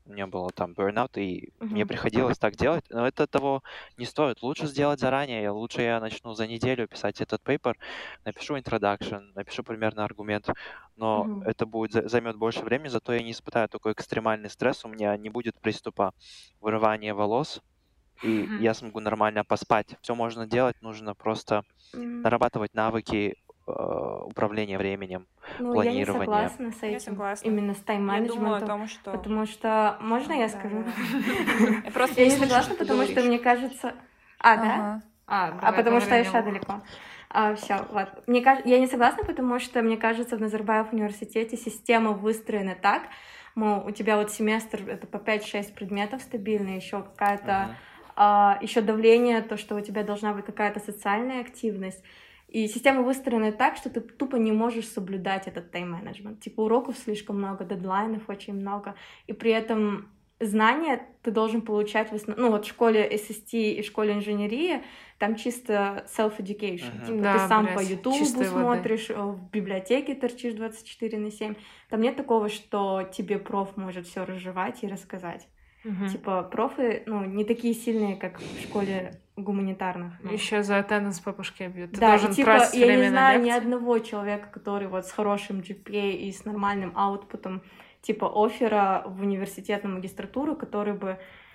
у меня было там burnout, и мне Мгм. приходилось так делать, но это того не стоит. Лучше сделать заранее, я- лучше я начну за неделю писать этот paper, напишу introduction, напишу примерно аргумент, но Мгм. это будет за- займет больше времени, зато я не испытаю такой экстремальный стресс, у меня не будет приступа вырывания волос, и я смогу нормально поспать. Все можно делать, нужно просто М, нарабатывать навыки э, управления временем, Ну, я не планирования. согласна с Я этим, согласна. именно с Я думаю о тайм-менеджментом, том, что... потому что... Можно А, я да, скажу? да, да. Я просто Я не не слышу, согласна, что ты потому что говоришь. мне кажется... А, да? Ага. А, А давай потому что Айша повернем. далеко. А, все, ладно. Мне кажется, я не согласна, потому что, мне кажется, в Назарбаев университете система выстроена так, мол, у тебя вот семестр, это по пять-шесть предметов стабильно, еще какая-то, Мгм. а, еще давление, то, что у тебя должна быть какая-то социальная активность. И система выстроена так, что ты тупо не можешь соблюдать этот тайм-менеджмент. Типа уроков слишком много, дедлайнов очень много, и при этом знания ты должен получать в основном... Ну вот в школе эс эс ти и в школе инженерии там чисто self-education. Мгм. Типа Да, ты сам блядь, по Ютубу чистой воды. смотришь, э, в библиотеке торчишь двадцать четыре на семь. Там нет такого, что тебе проф может все разжевать и рассказать. Мгм. Типа профы, ну, не такие сильные, как в школе гуманитарных. ну. Еще за attendance по башке бьют. Ты Да, должен и типа тратить я время не на знаю ни лекции. одного человека, который вот с хорошим джи пи эй и с нормальным аутпутом типа оффера в университетную магистратуру, который бы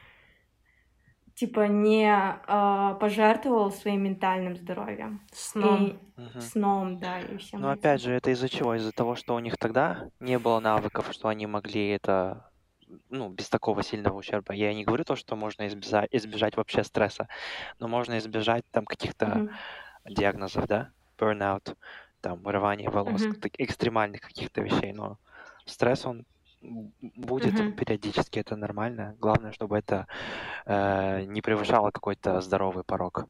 типа не а, пожертвовал своим ментальным здоровьем Сном. и Мгм. сном, да, и всем Но этим. опять же, это из-за чего? Из-за того, что у них тогда не было навыков, что они могли это, ну, без такого сильного ущерба. Я не говорю то, что можно избежать, избежать вообще стресса, но можно избежать там каких-то Мгм. диагнозов, да, burnout, там, вырывание волос, Мгм. так- экстремальных каких-то вещей, но стресс, он м, будет Мгм. периодически, это нормально. Главное, чтобы это э, не превышало какой-то здоровый порог.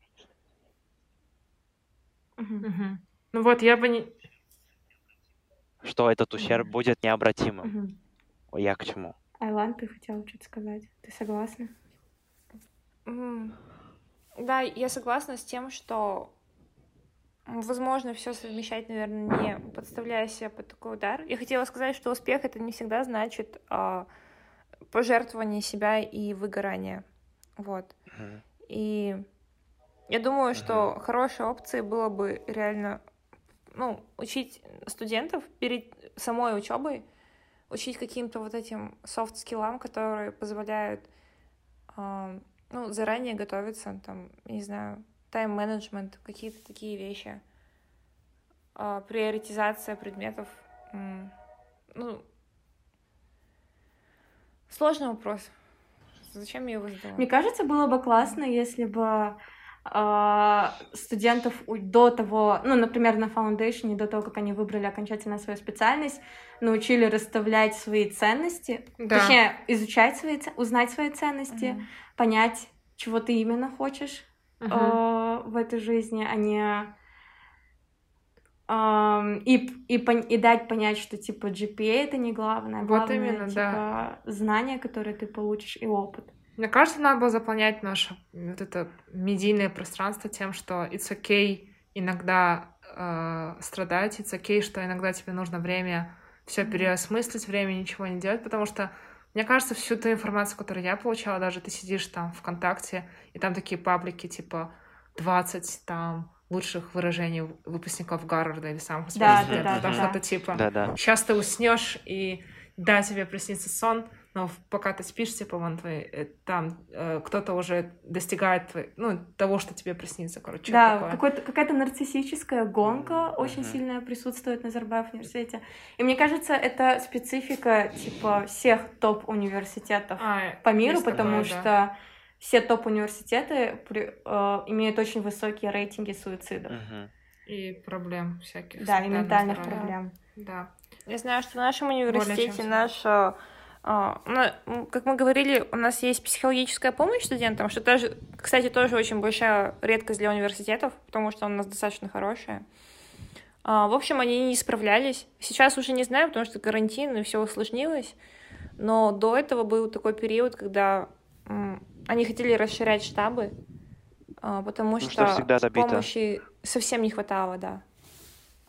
Мгм. Мгм. Ну вот, я бы не... Что этот ущерб будет необратимым. Мгм. Я к чему? Айлан, ты хотела что-то сказать? Ты согласна? М, Да, я согласна с тем, что м, возможно все совмещать, наверное, не подставляя себя под такой удар. Я хотела сказать, что успех это не всегда значит а, пожертвование себя и выгорание. Вот. Мгм. И я думаю, Мгм. что хорошей опцией было бы реально, ну, учить студентов перед самой учебой, учить каким-то вот этим софт-скиллам, которые позволяют а, ну, заранее готовиться, там, не знаю, тайм-менеджмент, какие-то такие вещи, а, приоритизация предметов. м, Ну, сложный вопрос. Зачем я его задала? Мне кажется, было бы классно, если бы а, студентов у- до того, ну, например, на фаундейшене, до того, как они выбрали окончательно свою специальность, научили расставлять свои ценности, Да. точнее, изучать свои, ц- узнать свои ценности, Мгм. понять, чего ты именно хочешь Мгм. а, в этой жизни, а не ам, и, и, пон- и дать понять, что типа джи пи эй это не главное, Вот главное именно, да. типа знания, которые ты получишь, и опыт. Мне кажется, надо было заполнять наше вот это медийное пространство тем, что it's okay иногда э, страдать, it's okay, что иногда тебе нужно время все Мгм. переосмыслить, время ничего не делать, потому что мне кажется, всю ту информацию, которую я получала, даже ты сидишь там ВКонтакте, и там такие паблики, типа двадцать там лучших выражений в- выпускников Гарварда или самых Да, успешных да, студентов. да, Там да, что-то да. типа Да-да. сейчас ты уснешь, и да, тебе приснится сон, но в- пока ты спишь, типа, вон твои, э, там э, кто-то уже достигает твоей- ну, того, что тебе приснится, короче, что Да, такое. какой-то, какая-то нарциссическая гонка очень Мгм. сильная присутствует на Назарбаев университете. И мне кажется, это специфика типа всех топ-университетов А, по миру, есть потому такое, да. что все топ-университеты при- э, имеют очень высокие рейтинги суицидов. Мгм. И проблем всяких с Да, и ментальным ментальных здоровьем. проблем. Да. Я знаю, что в нашем Более чем университете всегда. наша, а, на- м, как мы говорили, у нас есть психологическая помощь студентам, что тоже, кстати, тоже очень большая редкость для университетов, потому что у нас достаточно хорошая. А, В общем, они не справлялись. Сейчас уже не знаю, потому что карантин и все усложнилось. Но до этого был такой период, когда м, они хотели расширять штабы, а, потому Ну, что что всегда забито. помощи совсем не хватало, да.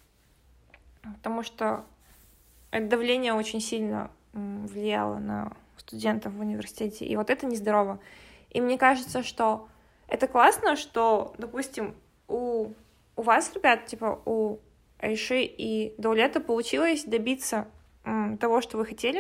Потому что это давление очень сильно м, влияло на студентов в университете, и вот это нездорово. И мне кажется, что это классно, что, допустим, у, у вас, ребят, типа у Айши и Даулета получилось добиться м, того, что вы хотели.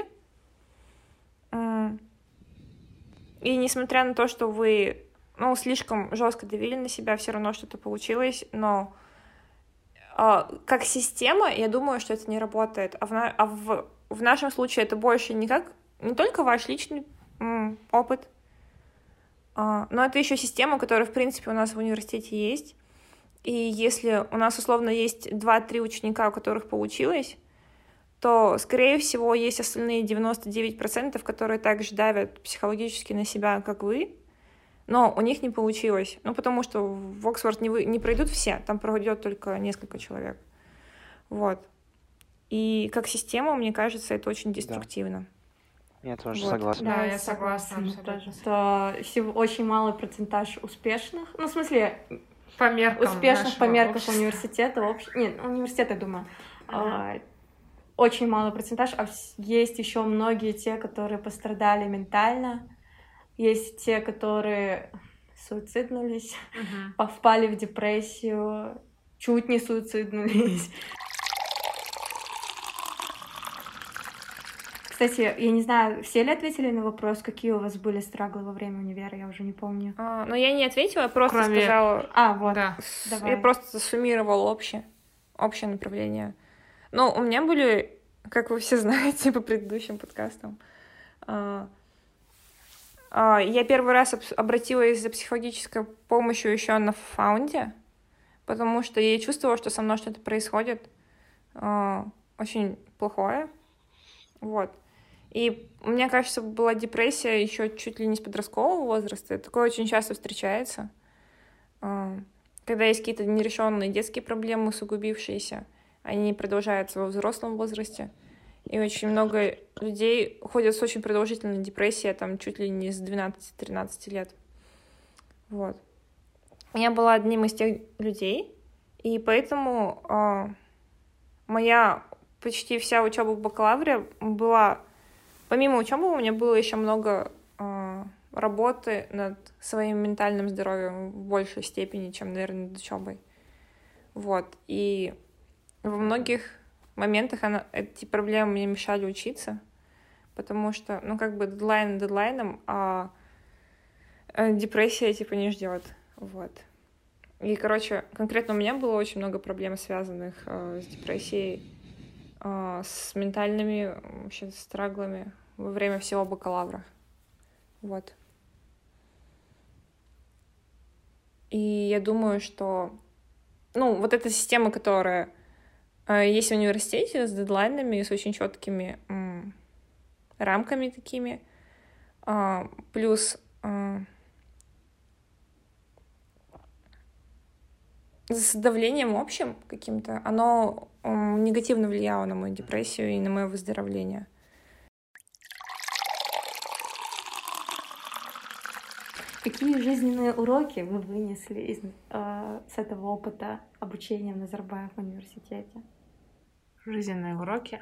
М, и несмотря на то, что вы, ну, слишком жестко давили на себя, все равно что-то получилось, но э, как система, я думаю, что это не работает. А в, на, а в, в нашем случае это больше не как не только ваш личный м, опыт, а, но это еще система, которая, в принципе, у нас в университете есть. И если у нас, условно, есть два-три ученика, у которых получилось, то, скорее всего, есть остальные девяносто девять процентов, которые также давят психологически на себя, как вы, но у них не получилось. Ну, потому что в Оксфорд не, вы, не пройдут все, там пройдет только несколько человек. Вот. И как система, мне кажется, это очень деструктивно. Да. Я тоже Вот. согласен. Да, я согласна абсолютно. Тоже, что всего очень малый процентаж успешных, ну, в смысле, По меркам успешных по нашего меркам общества. университета, общ... нет, университета, я думаю, Ага. а, очень малый процентаж, а вс- есть еще многие те, которые пострадали ментально, есть те, которые суициднулись, Мгм. впали в депрессию, чуть не суициднулись. Кстати, я не знаю, все ли ответили на вопрос, какие у вас были страглы во время универа, я уже не помню. А, но я не ответила, я просто Кроме- сказала... А, вот. Да. Давай. Я просто суммировала общее, общее направление. Ну, у меня были, как вы все знаете по предыдущим подкастам, а, а, я первый раз об- обратилась за психологической помощью еще на фаунде, потому что я чувствовала, что со мной что-то происходит а, очень плохое. Вот. И мне кажется, была депрессия еще чуть ли не с подросткового возраста. Такое очень часто встречается. А, Когда есть какие-то нерешенные детские проблемы, усугубившиеся, они продолжаются во взрослом возрасте. И очень много людей ходят с очень продолжительной депрессией, там чуть ли не с двенадцати-тринадцати лет. Вот. Я была одним из тех людей, и поэтому а, моя почти вся учеба в бакалавре была... Помимо учебы у меня было еще много а, работы над своим ментальным здоровьем в большей степени, чем, наверное, над учебой. Вот. И во многих моментах она, эти проблемы мне мешали учиться, потому что, ну, как бы дедлайн дедлайном, а э, депрессия, типа, не ждет. Вот. И, короче, конкретно у меня было очень много проблем, связанных э, с депрессией, э, с ментальными вообще страглами во время всего бакалавра. Вот. И я думаю, что, ну, вот эта система, которая э, есть в университете с дедлайнами, с очень четкими м, рамками такими, э, плюс э, с давлением общим каким-то, оно м, негативно влияло на мою депрессию и на мое выздоровление. Какие жизненные уроки вы вынесли из, э, с этого опыта обучения в Назарбаев университете? Жизненные уроки.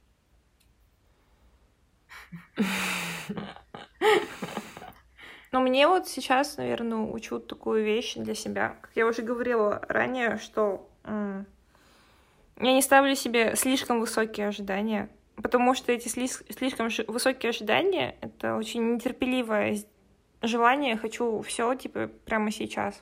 Но мне вот сейчас, наверное, учу такую вещь для себя. Как я уже говорила ранее, что м, я не ставлю себе слишком высокие ожидания, потому что эти слиш- слишком ш- высокие ожидания — это очень нетерпеливое с- желание, хочу все типа прямо сейчас.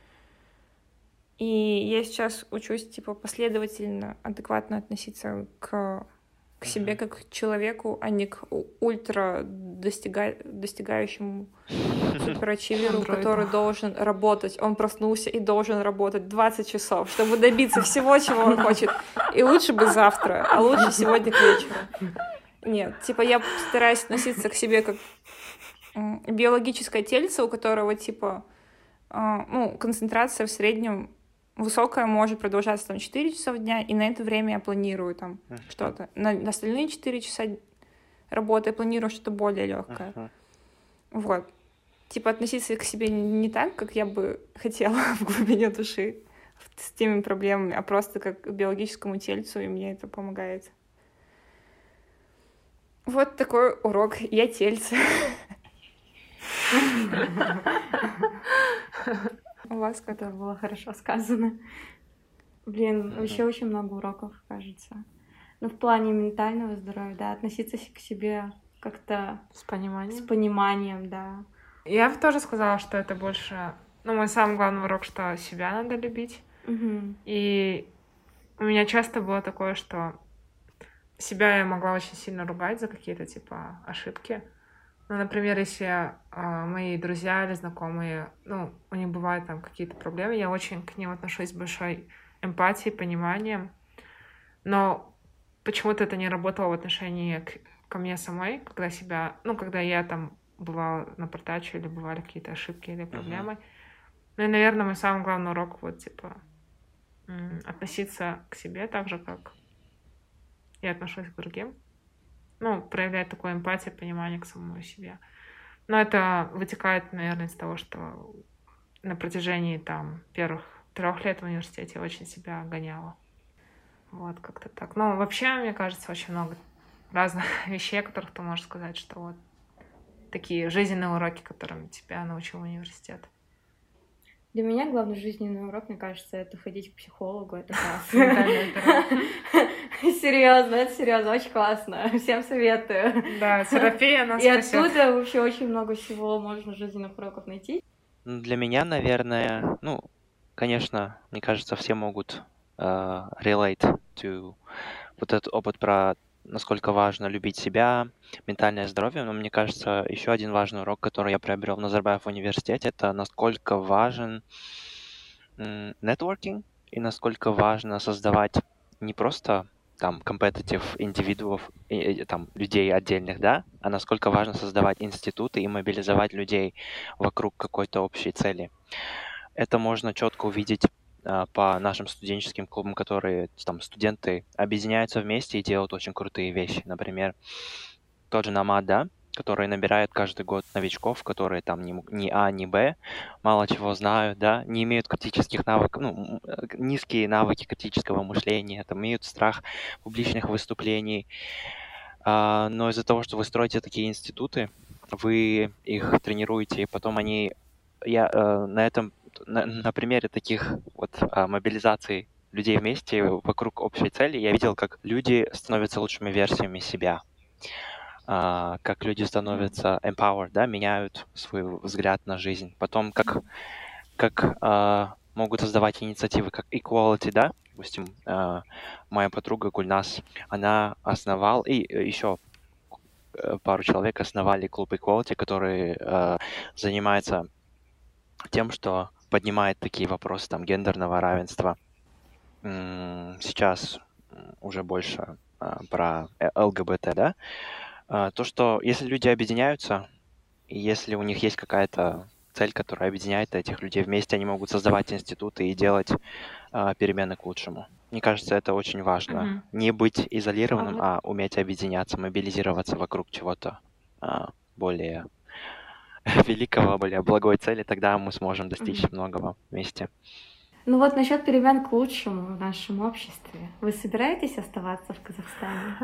И я сейчас учусь типа последовательно, адекватно относиться к, к себе как к человеку, а не к у- ультра достига- достигающему суперачиверу, Андроиду. который должен работать. Он проснулся и должен работать двадцать часов, чтобы добиться всего, чего он хочет. И лучше бы завтра, а лучше сегодня к вечеру. Нет, типа я стараюсь относиться к себе как м, биологическое тельце, у которого типа а, ну, концентрация в среднем высокая, может продолжаться там четыре часа в дня, и на это время я планирую там Мгм. что-то. На, на остальные четыре часа работы я планирую что-то более легкое. Мгм. Вот. Типа относиться к себе не так, как я бы хотела в глубине души, с теми проблемами, а просто как к биологическому тельцу, и мне это помогает. Вот такой урок. Я тельце. У вас, которое было хорошо сказано. Блин, вообще очень много уроков, кажется. Ну, в плане ментального здоровья, да, относиться к себе как-то С пониманием. с пониманием, да. Я бы тоже сказала, что это больше... Ну, мой самый главный урок, что себя надо любить. Мгм. И у меня часто было такое, что себя я могла очень сильно ругать за какие-то, типа, ошибки. Ну, например, если а, мои друзья или знакомые, ну, у них бывают там какие-то проблемы, я очень к ним отношусь с большой эмпатией, пониманием. Но почему-то это не работало в отношении к, ко мне самой, когда себя... Ну, когда я там бывала напортачу или бывали какие-то ошибки или проблемы. Ну и, наверное, мой самый главный урок, вот, типа, м, относиться к себе так же, как я отношусь к другим. Ну, проявлять такую эмпатию, понимание к самому себе. Но это вытекает, наверное, из того, что на протяжении там первых трех лет в университете я очень себя гоняла. Вот, как-то так. Ну, вообще, мне кажется, очень много разных вещей, о которых ты можешь сказать, что вот такие жизненные уроки, которым тебя научил университет. Для меня главный жизненный урок, мне кажется, это ходить к психологу. Это классно. Ментальное здоровье. Серьезно, это серьезно, очень классно. Всем советую. Да, терапия нас И спасет. оттуда вообще очень много всего можно жизненных уроков найти. Ну, Для меня, наверное, ну, конечно, мне кажется, все могут э, relate to вот этот опыт про насколько важно любить себя, ментальное здоровье, но мне кажется, еще один важный урок, который я приобрел в Назарбаев университете, это насколько важен м, networking и насколько важно создавать не просто там competitive индивидуов, и- и, там людей отдельных, да, а насколько важно создавать институты и мобилизовать людей вокруг какой-то общей цели. Это можно четко увидеть а, по нашим студенческим клубам, которые там студенты объединяются вместе и делают очень крутые вещи. Например, тот же Намад, да, который набирает каждый год новичков, которые там ни, м- ни А, ни Б, мало чего знают, да, не имеют критических навыков, ну, м, э, к- низкие навыки критического мышления, там, имеют страх публичных выступлений. А, но из-за того, что вы строите такие институты, вы их тренируете, и потом они... Я э, на этом, на, на примере таких вот а, мобилизаций людей вместе вокруг общей цели, я видел, как люди становятся лучшими версиями себя, а, как люди становятся empowered, да, меняют свой взгляд на жизнь. Потом, как, как а, могут создавать инициативы, как equality, да, допустим, а, моя подруга Гульнас, она основала, и еще пару человек основали клуб equality, который а, занимается тем, что поднимает такие вопросы там гендерного равенства. М, Сейчас м, уже больше а, про э, ЛГБТ, да. А, То, что если люди объединяются, и если у них есть какая-то цель, которая объединяет этих людей вместе, они могут создавать институты и делать а, перемены к лучшему. Мне кажется, это очень важно. Мгм. Не быть А изолированным, вот а уметь объединяться, мобилизироваться вокруг чего-то а, более великого, более благой цели, тогда мы сможем достичь Мгм. многого вместе. Ну вот насчет перемен к лучшему в нашем обществе. Вы собираетесь оставаться в Казахстане?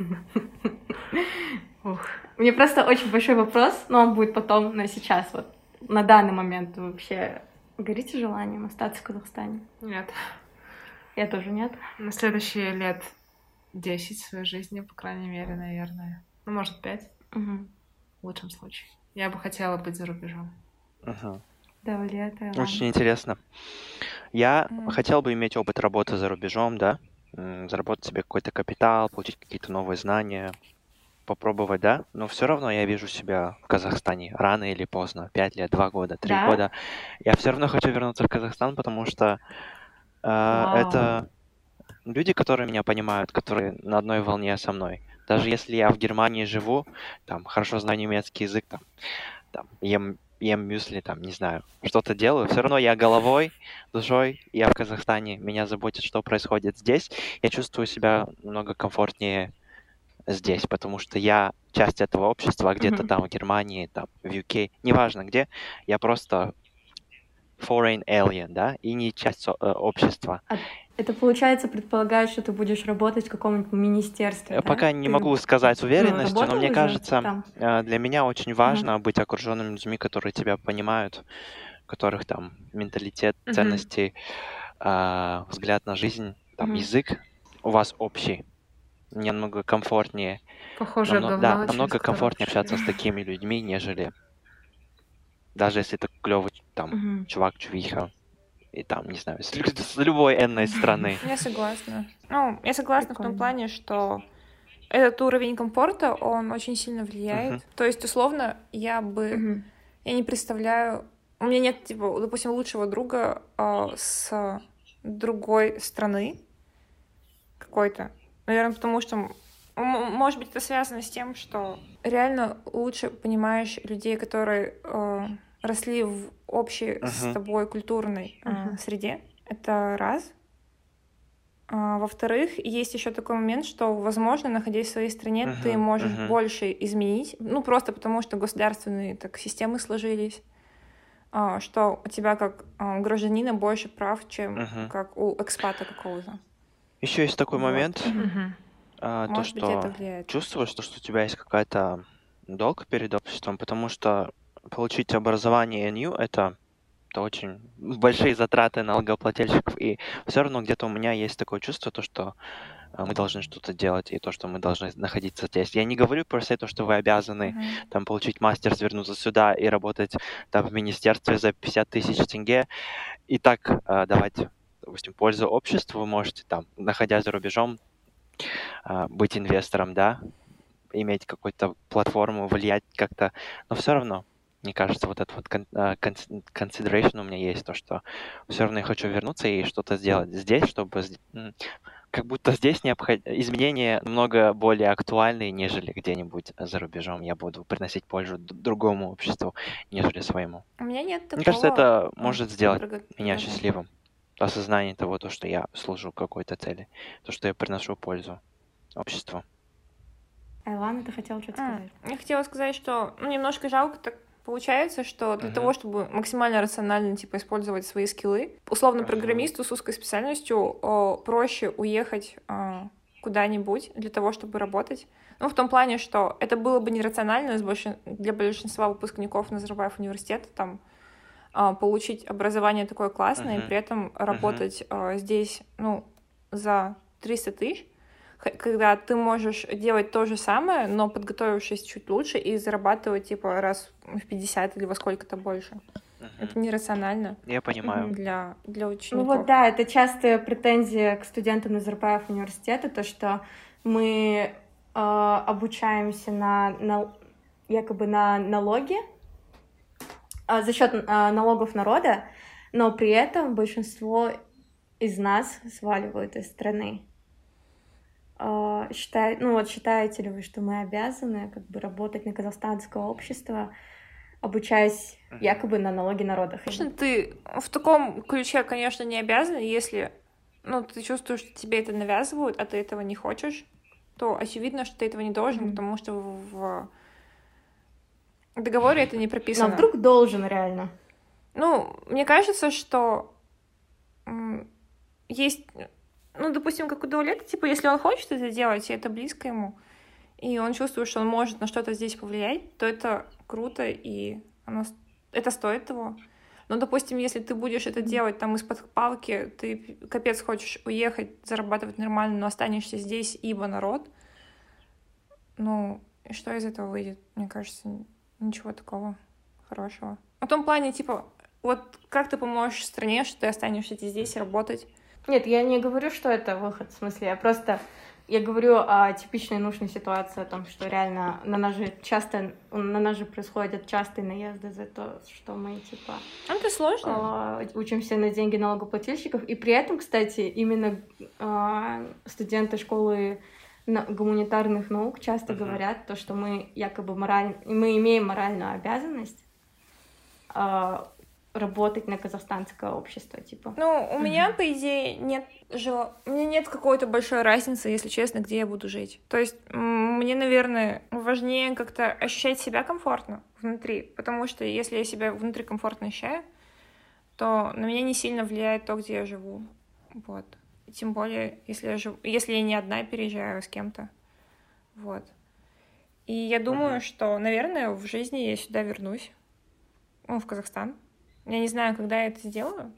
ух, Мне просто очень большой вопрос, но он будет потом, но сейчас вот на данный момент вы вообще горите желанием остаться в Казахстане? нет. Я тоже нет. На следующие лет десять своей жизни, по крайней мере, наверное. Ну, может, пять Мгм. в лучшем случае. Я бы хотела быть за рубежом. Мгм. Давле, Таиланд. Очень интересно. Я М. хотел бы иметь опыт работы за рубежом, да, м, заработать себе какой-то капитал, получить какие-то новые знания, попробовать, да, но все равно я вижу себя в Казахстане рано или поздно, пять лет, два года, три Да? года. Я все равно хочу вернуться в Казахстан, потому что э, Вау. это люди, которые меня понимают, которые на одной волне со мной. Даже если я в Германии живу, там, хорошо знаю немецкий язык, там, там, ем, ем мюсли, там, не знаю, что-то делаю, все равно я головой, душой, я в Казахстане, меня заботит, что происходит здесь. Я чувствую себя намного комфортнее здесь, потому что я часть этого общества, а где-то Мгм. там в Германии, там, в ю кей, неважно где, я просто foreign alien, да, и не часть со- э, общества. А Это, получается, предполагает, что ты будешь работать в каком-нибудь министерстве, Э, да? Пока не Ты могу сказать с ну, уверенностью, но работал мне уже кажется, там? э, для меня очень Ага. важно быть окруженным людьми, которые тебя понимают, у которых там менталитет, Мгм. ценности, а, взгляд на жизнь, там Мгм. язык у вас общий. Мне намного комфортнее, Похоже, намного, да, говно, через намного которое комфортнее прошли. общаться с такими людьми, нежели даже если это клевый там Мгм. чувак, чувиха, и там, не знаю, с, лю- с любой энной страны. Я согласна. Ну, я согласна в том Прикольно. плане, что этот уровень комфорта, он очень сильно влияет. Мгм. То есть, условно, я бы... Мгм. Я не представляю... У меня нет, типа, допустим, лучшего друга а, с другой страны какой-то. Наверное, потому что... м, м- Может быть, это связано с тем, что реально лучше понимаешь людей, которые э, росли в общей с Мгм. тобой культурной э, Мгм. среде. Это раз. А, во-вторых, есть еще такой момент, что, возможно, находясь в своей стране, ты Мгм. можешь Мгм. больше изменить, ну, просто потому что государственные так системы сложились, а, что у тебя как а, гражданина больше прав, чем Мгм. как у экспата какого-то. Еще есть такой Вот. момент, Мгм. Мгм. а, то, Может быть, это что влияет. чувствуешь, то, что у тебя есть какая-то долг перед обществом, потому что получить образование эн ю — это это очень большие затраты налогоплательщиков, и все равно где-то у меня есть такое чувство, то, что а, мы должны что-то делать, и то, что мы должны находиться здесь. Я не говорю просто то, что вы обязаны Мгм. там получить мастер, вернуться сюда и работать там в министерстве за пятьдесят тысяч тенге, и так а, давать, допустим, пользу обществу. Вы можете там, находясь за рубежом, а, быть инвестором, да, иметь какую-то платформу, влиять как-то, но все равно, мне кажется, вот этот вот кон- а, конс- consideration у меня есть, то, что все равно я хочу вернуться и что-то сделать здесь, чтобы с- м, как будто здесь необход... изменения намного более актуальны, нежели где-нибудь за рубежом я буду приносить пользу д- другому обществу, нежели своему. У меня нет Мне кажется, такого это а, может сделать прога- меня предложения. счастливым. Осознание того, то, что я служу какой-то цели, то, что я приношу пользу обществу. Айлана, ты хотела что-то М, сказать? Я хотела сказать, что ну, немножко жалко так получается, что для Мгм. того, чтобы максимально рационально типа использовать свои скиллы, условно Мгм. программисту с узкой специальностью о, проще уехать а, куда-нибудь для того, чтобы работать. Ну, в том плане, что это было бы нерационально с большин- для большинства выпускников Назарбаев университета там а, получить образование такое классное и Мгм. при этом Мгм. работать а, здесь, ну, за триста тысяч, х- когда ты можешь делать то же самое, но подготовившись чуть лучше и зарабатывать, типа, раз в пятьдесят или во сколько-то больше. Это Мгм. нерационально Я понимаю. Мгм. для, для Ну учеников. вот да, это частая претензия к студентам Назарбаев университета, то, что мы э, обучаемся на, на якобы на налоги а, за счет налогов народа, но при этом большинство из нас сваливают из страны. А, считай- ну вот считаете ли вы, что мы обязаны как бы работать на казахстанское общество, обучаясь Мгм. якобы на налоги народа? Конечно, ты в таком ключе, конечно, не обязан, если ну, ты чувствуешь, что тебе это навязывают, а ты этого не хочешь, то очевидно, что ты этого не должен, Мгм. потому что в в договоре это не Но прописано. вдруг должен реально? Ну, мне кажется, что м, есть, ну, допустим, как у Даулета, типа, если он хочет это делать, и это близко ему, и он чувствует, что он может на что-то здесь повлиять, то это круто, и оно, с- это стоит того. Но, допустим, если ты будешь это Мгм. делать там из-под палки, ты капец хочешь уехать, зарабатывать нормально, но останешься здесь, ибо народ, ну, и что из этого выйдет? Мне кажется, н- ничего такого хорошего. В том плане, типа, вот как ты поможешь стране, что ты останешься здесь работать? Нет, я не говорю, что это выход, в смысле, я просто я говорю о типичной нужной ситуации, о том, что реально на нас же часто, на нас же происходят частые наезды за то, что мы, типа, Ну, это сложно. а, учимся на деньги налогоплательщиков, и при этом, кстати, именно а, студенты школы на- гуманитарных наук часто Мгм. говорят то, что мы якобы мораль... мы имеем моральную обязанность а, работать на казахстанское общество, типа. Ну, у меня, по идее, нет жел... у меня нет какой-то большой разницы, если честно, где я буду жить. То есть м, мне, наверное, важнее как-то ощущать себя комфортно внутри, потому что если я себя внутри комфортно ощущаю, то на меня не сильно влияет то, где я живу. Вот. тем более, если я, жив... если я не одна переезжаю, а с кем-то. Вот. И я думаю, uh-huh. что, наверное, в жизни я сюда вернусь. Ну, в Казахстан. Я не знаю, когда я это сделаю.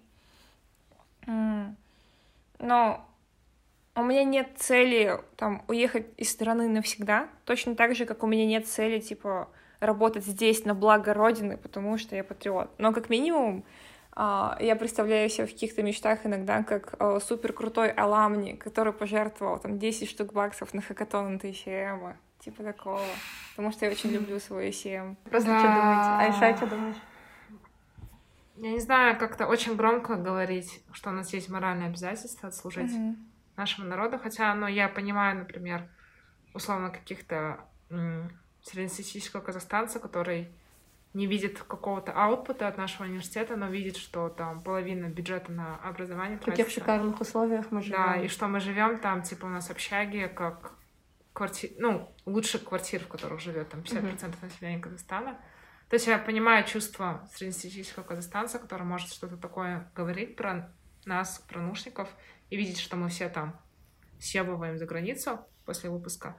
Но у меня нет цели там уехать из страны навсегда. Точно так же, как у меня нет цели, типа, работать здесь на благо Родины, потому что я патриот. Но как минимум я представляю себя в каких-то мечтах иногда как супер крутой аламни, который пожертвовал там десять штук баксов на хакатон на си эм. Типа такого. Потому что я очень люблю свой си эм. Просто да. Что думаете? Айша, что думаешь? Я не знаю, как-то очень громко говорить, что у нас есть моральное обязательство отслужить mm-hmm. нашему народу, хотя, ну, я понимаю, например, условно, каких-то м- среднестатистического казахстанца, который не видит какого-то аутпута от нашего университета, но видит, что там половина бюджета на образование тратится. В каких шикарных условиях мы живем. Да, и что мы живем там, типа, у нас общаги, как квартир, ну, лучших квартир, в которых живет там пятьдесят процентов mm-hmm. населения Казахстана. То есть я понимаю чувство среднестатистического казахстанца, который может что-то такое говорить про нас, про наушников, и видеть, что мы все там съебываем за границу после выпуска.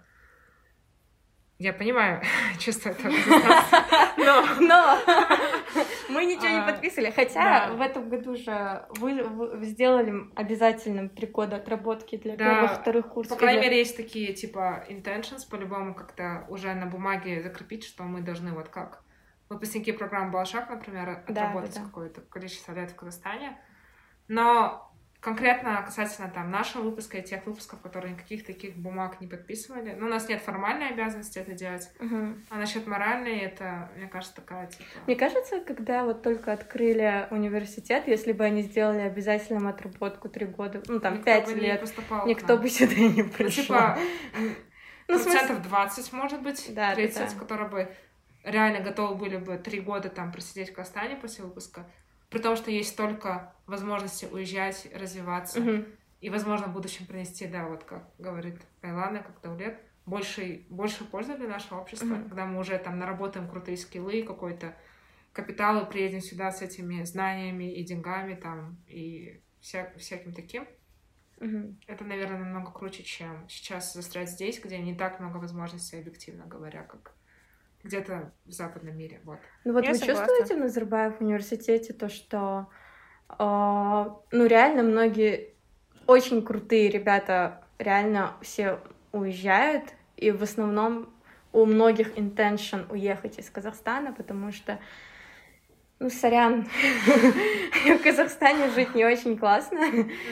Я понимаю чувство этого казахстанца, но... но мы ничего не подписывали. Хотя да. в этом году же вы, вы сделали обязательным три года отработки для да. первых, вторых курсов. По крайней мере, есть такие, типа, intentions, по-любому как-то уже на бумаге закрепить, что мы должны вот как... Выпускники программы «Балашах», например, отработать да, да, да. какое-то количество лет в Казахстане. Но конкретно касательно там нашего выпуска и тех выпусков, которые никаких таких бумаг не подписывали, ну, у нас нет формальной обязанности это делать. Угу. А насчет моральной, это, мне кажется, такая, типа... Мне кажется, когда вот только открыли университет, если бы они сделали обязательным отработку три года, ну, там, никто пять бы лет, никто бы сюда не пришел. Ну, типа, ну, процентов двадцать, может быть, да, тридцать, да, да. которые бы реально готовы были бы три года там просидеть в Казахстане после выпуска, при том, что есть столько возможностей уезжать, развиваться, uh-huh. и, возможно, в будущем принести, да, вот как говорит Айлана, как Даулет, большей, большую пользу для нашего общества, uh-huh. когда мы уже там наработаем крутые скиллы, какой-то капитал, и приедем сюда с этими знаниями и деньгами там, и вся, всяким таким. Uh-huh. Это, наверное, намного круче, чем сейчас застрять здесь, где не так много возможностей, объективно говоря, как где-то в западном мире, вот. Ну вот Я вы согласна. чувствуете в Назарбаев университете то, что э, ну реально многие очень крутые ребята реально все уезжают, и в основном у многих intention уехать из Казахстана, потому что, ну, сорян, в Казахстане жить не очень классно,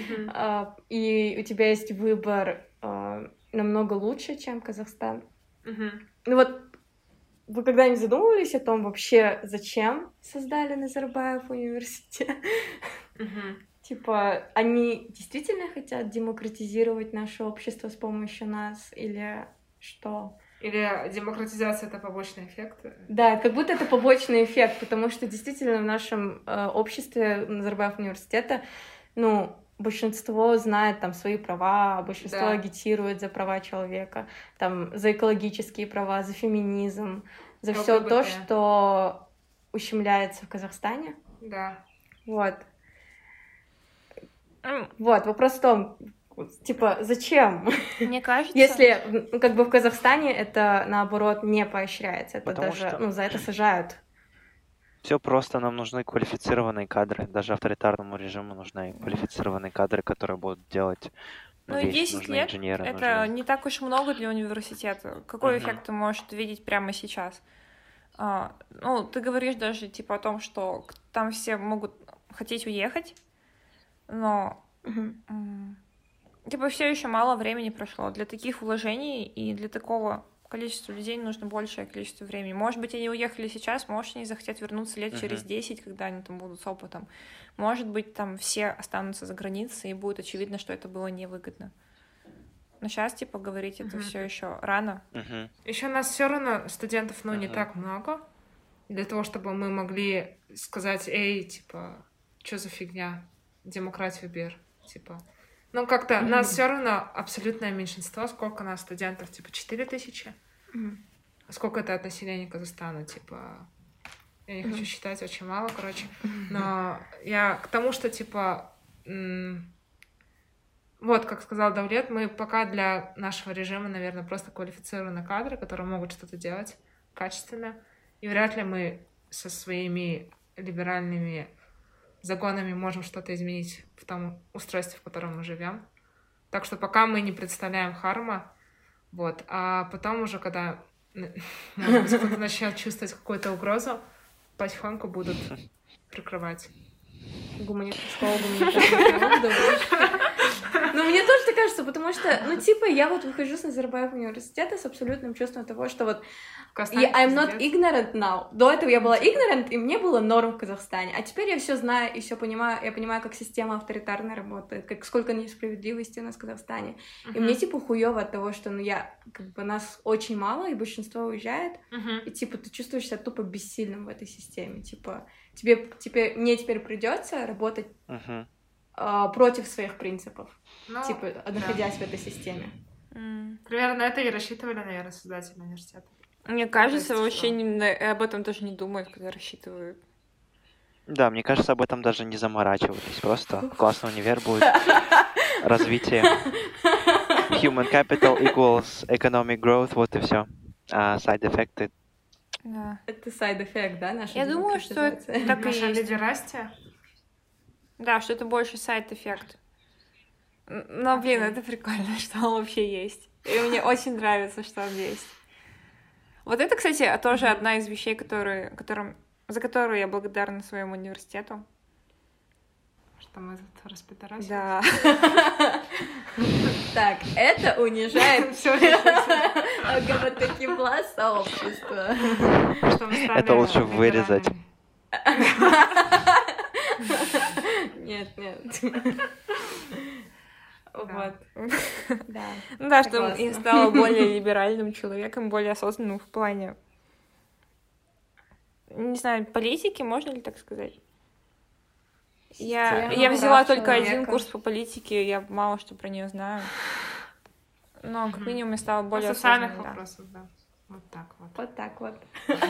и у тебя есть выбор намного лучше, чем Казахстан. Ну вот вы когда-нибудь задумывались о том вообще, зачем создали Назарбаев университет? Uh-huh. Типа, они действительно хотят демократизировать наше общество с помощью нас, или что? Или демократизация — это побочный эффект? Да, как будто это побочный эффект, потому что действительно в нашем э, обществе Назарбаев университета, ну, большинство знает там свои права, большинство да. агитирует за права человека, там, за экологические права, за феминизм, за все то, что ущемляется в Казахстане. Да. Вот. Вот, вопрос в том, типа, зачем? Мне кажется... Если, как бы, в Казахстане это, наоборот, не поощряется, это Потому даже, что... ну, за это сажают. Все просто, нам нужны квалифицированные кадры. Даже авторитарному режиму нужны квалифицированные кадры, которые будут делать ну, вещи. десять нужны лет инженеры, это нужны... не так уж много для университета. Какой uh-huh. эффект ты можешь видеть прямо сейчас? А, ну, ты говоришь даже типа о том, что там все могут хотеть уехать, но uh-huh. м- типа все еще мало времени прошло. Для таких вложений и для такого количества людей нужно большее количество времени. Может быть, они уехали сейчас, может, они захотят вернуться лет uh-huh. через десять, когда они там будут с опытом. Может быть, там все останутся за границей, и будет очевидно, что это было невыгодно. Но сейчас, типа, говорить это uh-huh. все еще рано. Uh-huh. Еще нас все равно, студентов, ну, uh-huh. не так много, для того, чтобы мы могли сказать, эй, типа, что за фигня, демократию бер, типа... Ну, как-то mm-hmm. нас все равно абсолютное меньшинство. Сколько нас студентов? Типа, четыре тысячи? Mm-hmm. Сколько это от населения Казахстана? Типа, я не mm-hmm. хочу считать, очень мало, короче. Но я к тому, что, типа, м- вот, как сказал Давлет, мы пока для нашего режима, наверное, просто квалифицированные кадры, которые могут что-то делать качественно. И вряд ли мы со своими либеральными законами можем что-то изменить в том устройстве, в котором мы живем. Так что пока мы не представляем харма, вот, а потом уже, когда, может быть, кто-то начнет чувствовать какую-то угрозу, потихоньку будут прикрывать. Гуманит... Школа гуманитарных наук, ну, мне тоже так кажется, потому что, ну, типа, я вот выхожу с Назарбаева университета с абсолютным чувством того, что вот я, I'm not ignorant now. До этого я была ignorant, и мне было норм в Казахстане. А теперь я все знаю и все понимаю. Я понимаю, как система авторитарная работает, как сколько несправедливости у нас в Казахстане. Uh-huh. И мне, типа, хуёво от того, что, ну, я, как бы, нас очень мало, и большинство уезжает. Uh-huh. И, типа, ты чувствуешь себя тупо бессильным в этой системе. Типа, тебе, теперь, мне теперь придется работать uh-huh. э, против своих принципов. Ну, типа, находясь да. в этой системе. Mm. Примерно на это и рассчитывали, наверное, создатели университета. Мне кажется, есть, вообще не, об этом даже не думают, когда рассчитывают. Да, мне кажется, об этом даже не заморачивались. Просто классный универ будет. Развитие. Human capital equals economic growth, вот и все. А сайд-эффекты. Да. Это сайд-эффект, да, наша Я думаю, что это так и есть. Лидерастия? Да, что это больше сайд-эффект. Но, блин, это прикольно, что он вообще есть. И мне очень нравится, что он есть. Вот это, кстати, тоже одна из вещей, которые, которым, за которую я благодарна своему университету. Что мы тут распидорасили. Да. Так, это унижает ЛГБТК плюс сообщество. Это лучше вырезать. Нет, нет. Вот. Да, ну да, что я стала более либеральным человеком, более осознанным в плане, не знаю, политики, можно ли так сказать? Я, я взяла только человека. один курс по политике, я мало что про нее знаю. Но как минимум я стала более по социальных осознанной. Вопросов, да. Вот так вот. Вот так вот.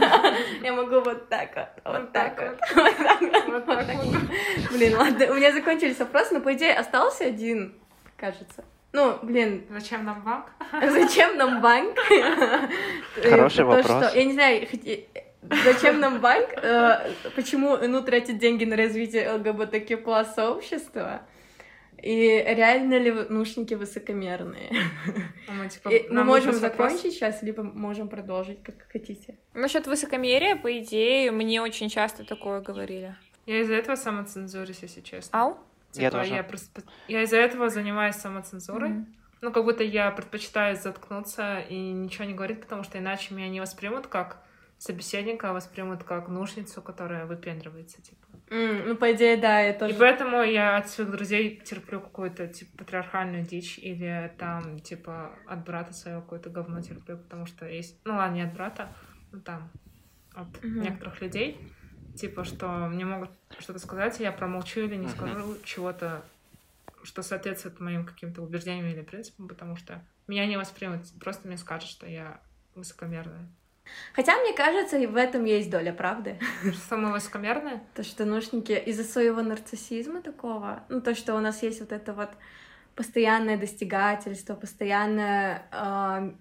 Я могу вот так вот. Вот так вот. Вот так вот. Блин, ладно, у меня закончились вопросы, но по идее остался один, кажется. Ну, блин. Зачем нам банк? Зачем нам банк? Хороший вопрос. Я не знаю, зачем нам банк? Почему ну тратит деньги на развитие ЛГБТК плюс сообщества? И реально ли наушники высокомерные? А мы, типа, мы можем закончить вопрос? Сейчас, либо можем продолжить, как хотите. Насчет высокомерия, по идее, мне очень часто такое говорили. Я из-за этого самоцензурюсь, если честно. Ау? Типа, я тоже. Я, просто... я из-за этого занимаюсь самоцензурой. Mm-hmm. Ну, как будто я предпочитаю заткнуться и ничего не говорить, потому что иначе меня не воспримут как собеседника, а воспримут как наушницу, которая выпендривается, типа. Mm, ну, по идее, да, я тоже. И поэтому я от своих друзей терплю какую-то, типа, патриархальную дичь или там, типа, от брата своего какое-то говно терплю, потому что есть... Ну, ладно, не от брата, ну, там, от mm-hmm. некоторых людей, типа, что мне могут что-то сказать, и я промолчу или не mm-hmm. скажу чего-то, что соответствует моим каким-то убеждениям или принципам, потому что меня не воспримут, просто мне скажут, что я высокомерная. Хотя, мне кажется, и в этом есть доля правды. Что мы высокомерные? То, что наушники из-за своего нарциссизма такого, ну, то, что у нас есть вот это вот постоянное достигательство, постоянное э,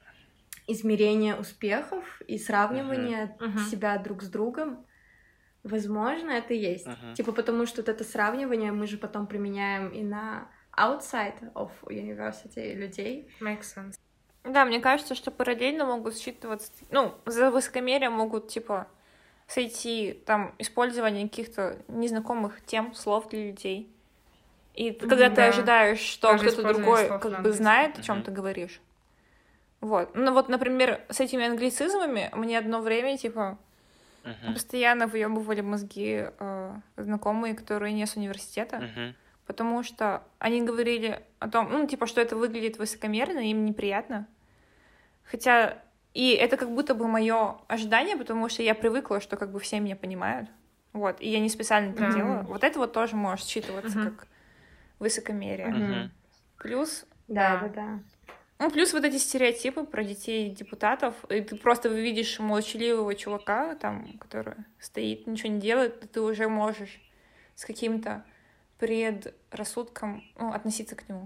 измерение успехов и сравнивание uh-huh. Uh-huh. себя друг с другом, возможно, это и есть. Uh-huh. Типа, потому что вот это сравнивание мы же потом применяем и на outside of university людей. Makes sense. Да, мне кажется, что параллельно могут считываться... Ну, за высокомерие могут, типа, сойти там использование каких-то незнакомых тем, слов для людей. И когда да. ты ожидаешь, что Даже кто-то другой как бы знает, о чем mm-hmm. ты говоришь. Вот. Ну вот, например, с этими англицизмами мне одно время, типа, mm-hmm. постоянно выебывали мозги э, знакомые, которые не с университета. Mm-hmm. Потому что они говорили о том, ну, типа, что это выглядит высокомерно, им неприятно. Хотя и это как будто бы мое ожидание, потому что я привыкла, что как бы все меня понимают. Вот, и я не специально это mm-hmm. делаю. Вот это вот тоже может считываться mm-hmm. как высокомерие. Mm-hmm. Плюс... Да, да, да. Ну, плюс вот эти стереотипы про детей депутатов, и ты просто видишь молчаливого чувака, там, который стоит, ничего не делает, и ты уже можешь с каким-то предрассудком, ну, относиться к нему.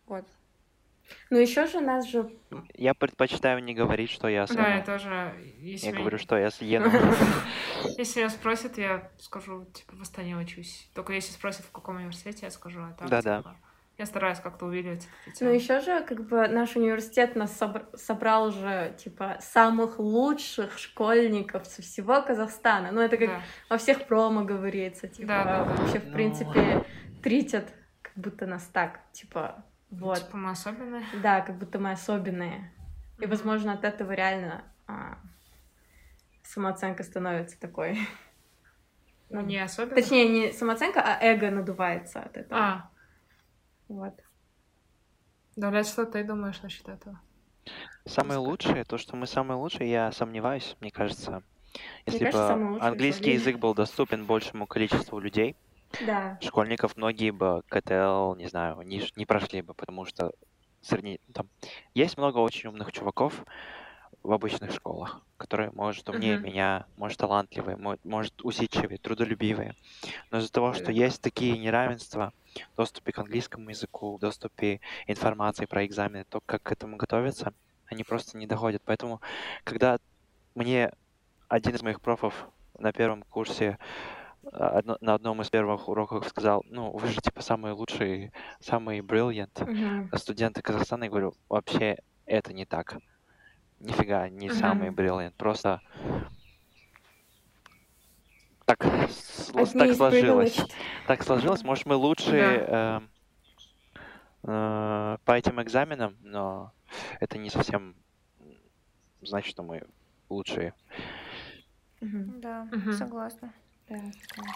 Вот. Ну, еще же нас же... Я предпочитаю не говорить, что я с Да, я Эно. тоже, если Я меня- говорю, что я с Ену. если меня спросят, я скажу, типа, в Астане учусь. Только если спросят, в каком университете, я скажу, а так, Да-да. типа, я стараюсь как-то увиливать от этой Ну, темы. еще же, как бы, наш университет нас собр- собрал уже, типа, самых лучших школьников со всего Казахстана. Ну, это как Да. во всех промо говорится, типа, Да, да, да. вообще, в Ну. принципе, тритят как будто нас так, типа, вот. Типа, мы особенные. Да, как будто мы особенные. И, Мгм. возможно, от этого реально а, самооценка становится такой. Мы Ну, не особенные. точнее, не самооценка, а эго надувается от этого. А, Вот. Давлет, что ты думаешь насчет этого? Самое Пускай. лучшее, то, что мы самые лучшие, я сомневаюсь, мне кажется. Если кажется, бы самые лучшие английский человек. язык был доступен большему количеству людей, Да. школьников, многие бы КТЛ, не знаю, не, ш- не прошли бы, потому что средний, там, есть много очень умных чуваков в обычных школах, которые, может, умнее Мгм. меня, может, талантливые, мо- может, усидчивые, трудолюбивые. Но из-за того, что Да. есть такие неравенства в доступе к английскому языку, в доступе информации про экзамены, то, как к этому готовиться, они просто не доходят. Поэтому, когда мне один из моих профов на первом курсе а, одно- на одном из первых уроков сказал, ну, вы же, типа, самые лучшие, самые brilliant Мгм. студенты Казахстана, я говорю, вообще это не так. Нифига, не самые Мгм. brilliant, просто так, с- так Одни из сложилось. privileged. Так сложилось, может, мы лучшие эм, э, по этим экзаменам, но это не совсем м, значит, что мы лучшие. Мгм. Да, Мгм. согласна. Да, согласна.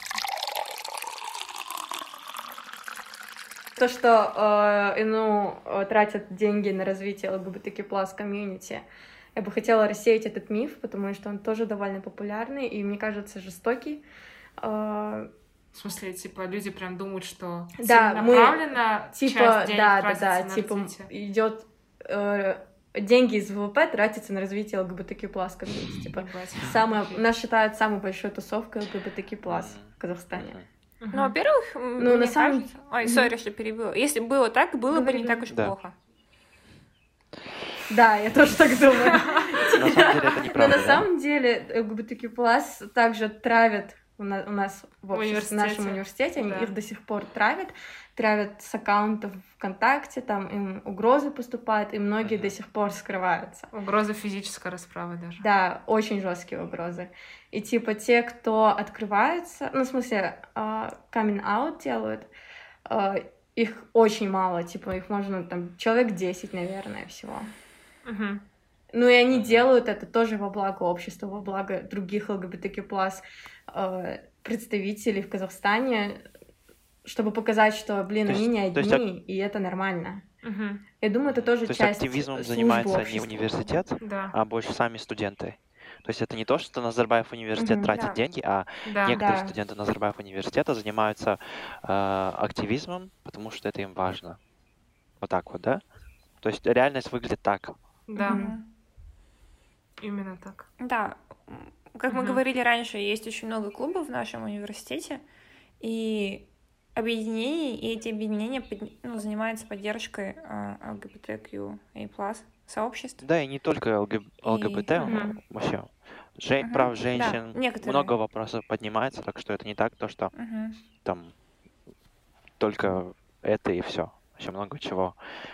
То, что э, ну, э, тратят деньги на развитие ЛГБТК плюс комьюнити, я бы хотела рассеять этот миф, потому что он тоже довольно популярный и, мне кажется, жестокий. Э, В смысле, типа, люди прям думают, что Да, мы- целенаправленно Типа, часть денег да, да, тратится да, на типа развитие. идет деньги из ВВП тратятся на развитие ЛГБТК плюс комьюнити. Типа, Ебать. самая, Окей. нас считают самой большой тусовкой ЛГБТК плюс Мгм. в Казахстане. Мгм. Мгм. Ну, во-первых, м, Ну, на мне самом- кажется... Ой, Мгм. сори, что перебила. Если было так, было бы Говори, не так говори. уж Да. плохо. Да, я тоже так думаю. На самом деле это Но неправда, на да? самом деле ЛГБТК плюс также травят у на- у нас в, обществе- в университете. нашем университете, они Да. их до сих пор травят, травят с аккаунтов ВКонтакте, там им угрозы поступают, и многие Мгм. до сих пор скрываются. Угроза физической расправы даже. Да, очень жесткие угрозы. И типа те, кто открываются, ну, в смысле, а, coming out делают, а, их очень мало, типа их можно там человек десять, наверное, всего. Мгм. Ну и они Мгм. делают это тоже во благо общества, во благо других ЛГБТК плюс представителей в Казахстане, чтобы показать, что, блин, То они есть- не то есть одни, и это нормально. Мгм. Я думаю, это тоже То есть часть активизмом службы занимается не общества. университет, Да, а больше сами студенты. То есть это не то, что Назарбаев университет Мгм. тратит Да. деньги, а да. некоторые Да. студенты Назарбаев университета занимаются э, активизмом, потому что это им важно. Вот так вот, да? То есть реальность выглядит так. Да, Мгм. именно так. Да, м, как мы Мгм. говорили раньше, есть очень много клубов в нашем университете, и объединений, и эти объединения под- ну, занимаются поддержкой эл гэ бэ тэ кью эй плюс сообществ. Да, и не только ЛГ- ЛГБТ, Мгм. вообще. Жен- Мгм. Прав Да, женщин, некоторые. много вопросов поднимается, так что это не так, то, что Мгм. там только это и все. Вообще много чего.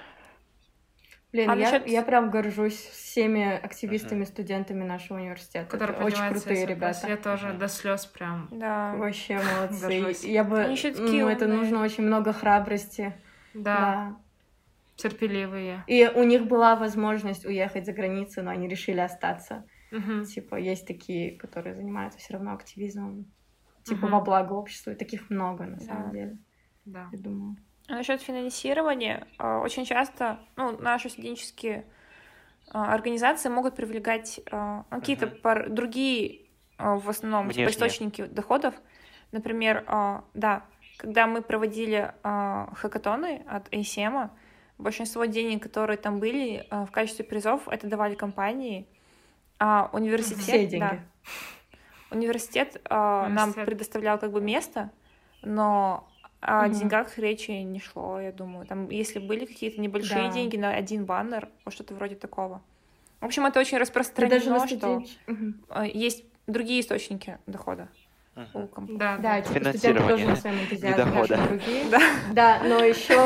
Блин, А я, насчет- я прям горжусь всеми активистами, студентами нашего университета. Которые Это очень поднимаются крутые из вопроса. ребята. Я тоже Мгм. до слез прям. Да. Вообще молодцы. Горжусь. Я бы, Они ещё такие ну, это умные. нужно очень много храбрости. Да, Да. терпеливые. И у них была возможность уехать за границу, но они решили остаться. Мгм. Типа, есть такие, которые занимаются все равно активизмом. Типа, Мгм. во благо обществу. И таких много, на Да. самом деле. Да. Я думаю. А насчет финансирования, э, очень часто ну, наши студенческие э, организации могут привлекать э, какие-то Мгм. пар- другие, э, в основном, типа, Внешние. источники доходов. Например, э, да, когда мы проводили э, хакатоны от эй си эм, большинство денег, которые там были, э, в качестве призов, это давали компании, а университет... Все деньги. да, университет э, нам Университет. предоставлял как бы место, но О Мгм. деньгах речи не шло, я думаю. Там, если были какие-то небольшие Да. деньги на один баннер, вот что-то вроде такого. В общем, это очень Да даже на распространено, что студенч... Мгм. э, есть другие источники дохода у Мгм. компаний. Да, Да, да. типа студенты Финансирование, тоже на своем не энтузиазме дохода. нашли другие. Да. Да, но еще,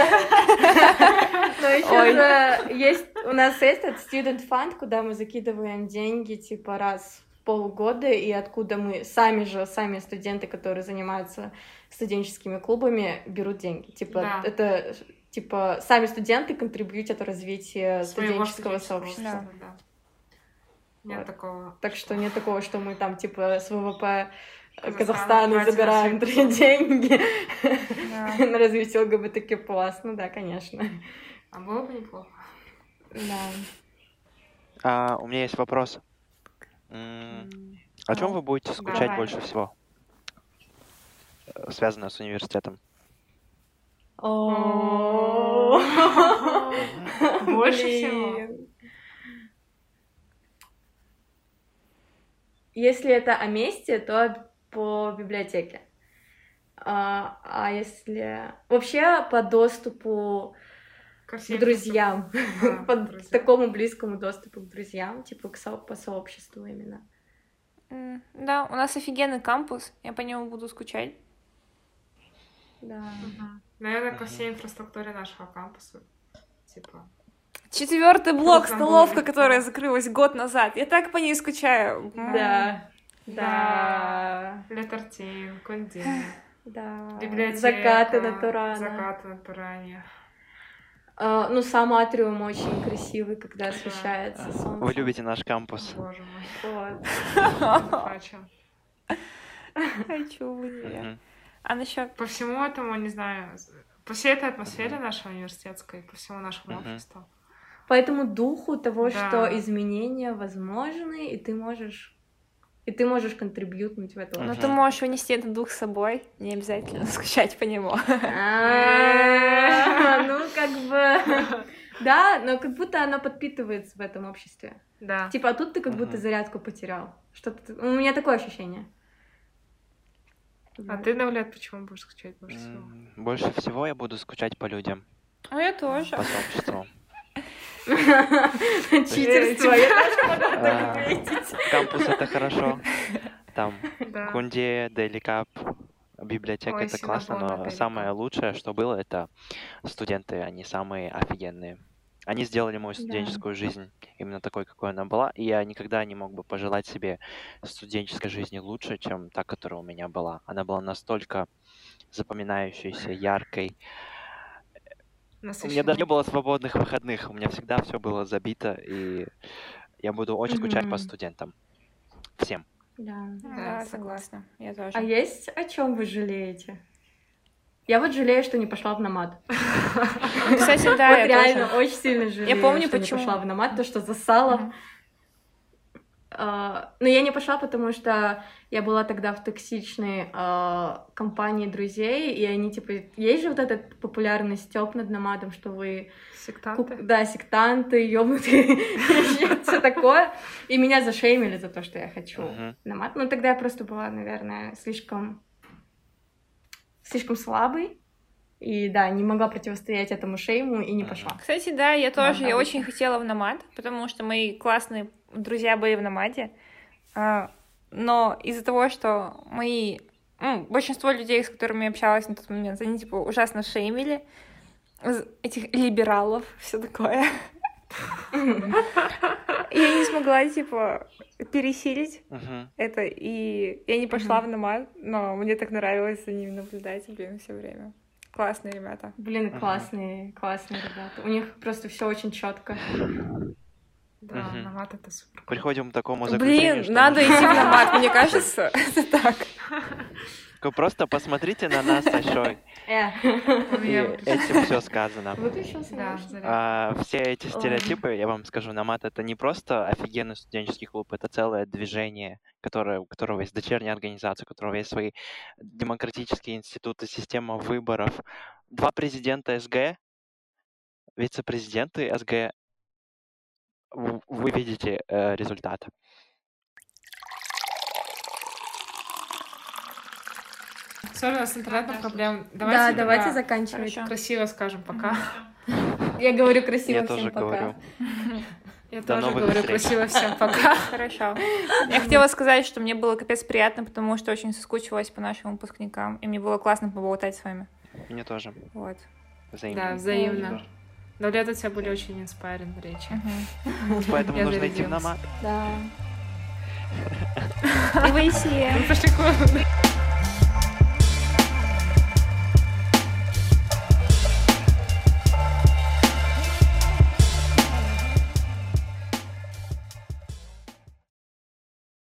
но еще Ой. же есть у нас этот student fund, куда мы закидываем деньги типа раз в полгода, и откуда мы сами же, сами студенты, которые занимаются студенческими клубами, берут деньги. Типа Да. это типа сами студенты контрибьютят развитие Своего студенческого студенческого сообщества. общества, да. Нет Вот. такого. Так что нет такого, что мы там типа с ВВП Казахстана Казахстана тратим на забираем свои три деньги Да. на развитие ЛГБТК+. Ну да, конечно. А было бы неплохо. Да. А, у меня есть вопрос. М, О чем Ау. вы будете скучать Давай. больше всего, э, связанное с университетом? О, Больше всего. блин. Если это о месте, то по библиотеке. А, а если... Вообще по доступу Ко к всем друзьям. А, По друзьям. такому близкому доступу к друзьям, типа к со- по сообществу именно. М, Да, у нас офигенный кампус, я по нему буду скучать. Да. Мгм. Наверное, ко всей инфраструктуре нашего кампуса. Типа. Четвертый блок, Круто столовка, будет, которая да. закрылась год назад. Я так по ней скучаю. М. Да. Да. Да. Летартин, Кондей, Да. библиотека. Закаты на Турана. Закаты на Туране. А, ну, сам атриум очень красивый, когда Да. освещается солнце. Вы любите наш кампус? Боже мой. Вот. Хочу. Хочу в универ. Мгм. А насчет... По всему этому, не знаю, по всей этой атмосфере нашей университетской, по всему нашему Мгм. обществу. По этому духу того, Да. что изменения возможны, и ты можешь, и ты можешь контрибьютнуть в это. Ну, Мгм. ты можешь унести этот дух с собой, не обязательно скучать по нему. А, Ну, как бы... Да, но как будто оно подпитывается в этом обществе. Да. Типа, а тут ты как будто Мгм. зарядку потерял. Что-то... У меня такое ощущение. А ты, Давлет, почему будешь скучать больше всего? М, Больше всего я буду скучать по людям, А я тоже. по сообществу. Читерство. Я тоже могу А, так ответить. Кампус — это хорошо. Там Да. Кунде, Daily Cup, библиотека — Ой, это классно, Синнабон, но Daily самое Cup. лучшее, что было, это студенты, они самые офигенные. Они сделали мою Да. студенческую жизнь именно такой, какой она была, и я никогда не мог бы пожелать себе студенческой жизни лучше, чем та, которая у меня была. Она была настолько запоминающейся, яркой. У меня даже не Насыщенный. было свободных выходных, у меня всегда все было забито, и я буду очень скучать по Мгм. студентам. Всем. Да. Да, согласна. согласна. Я тоже. А есть о чем вы жалеете? Я вот жалею, что не пошла в намат. Кстати, да, Вот я реально тоже. очень сильно жалею, помню, что почему. не пошла в намат, то, что засала. Мгм. А, Но я не пошла, потому что я была тогда в токсичной а, компании друзей, и они, типа, есть же вот этот популярный стёб над наматом, что вы, ку- Сектанты. да, сектанты, ёбнутые, все такое. И меня зашеймили за то, что я хочу Мгм. намат. Ну, тогда я просто была, наверное, слишком, слишком слабой. И да, не могла противостоять этому шейму и не Мгм. пошла. Кстати, да, я тоже, Да, я да. очень хотела в намат, потому что мои классные друзья были в намаде. А, Но из-за того, что мои... ну, большинство людей, с которыми я общалась на тот момент, они, типа, ужасно шеймили з- этих либералов, все такое. И я не смогла, типа, пересилить Мгм. это, и я не пошла в намат, но мне так нравилось за ними наблюдать, блин, все время. Классные ребята. Блин, Мгм. классные, классные ребята. У них просто все очень четко. Да, Мгм. намат это супер. круто. Приходим к такому заключению, Блин, что надо нужно- идти в намат, мне кажется, это так. Вы Просто посмотрите на нас с Айшой, Э, У и меня выключился. этим все сказано. выключился Да, наш? зарядка. А, все эти Ладно. стереотипы, я вам скажу, Намат — это не просто офигенный студенческий клуб, это целое движение, которое, у которого есть дочерняя организация, у которого есть свои демократические институты, система выборов. Два президента СГ, вице-президенты СГ, в- вы видите э, результат. Все, у нас интернетных проблем. Да, Давайте, давайте тогда заканчивать. Хорошо. красиво скажем пока. Я говорю красиво Я всем тоже пока. говорю. Я До тоже новых говорю встреч. красиво всем пока. Хорошо. Я хотела сказать, что мне было капец приятно, потому что очень соскучилась по нашим выпускникам, и мне было классно поболтать с вами. Мне тоже. Вот. Взаимно. Да, взаимно. Давлет, у тебя были очень инспайринг речи. Поэтому Я нужно идти в зарядилась. намат. Да. И вы все. Ну, пошли куда?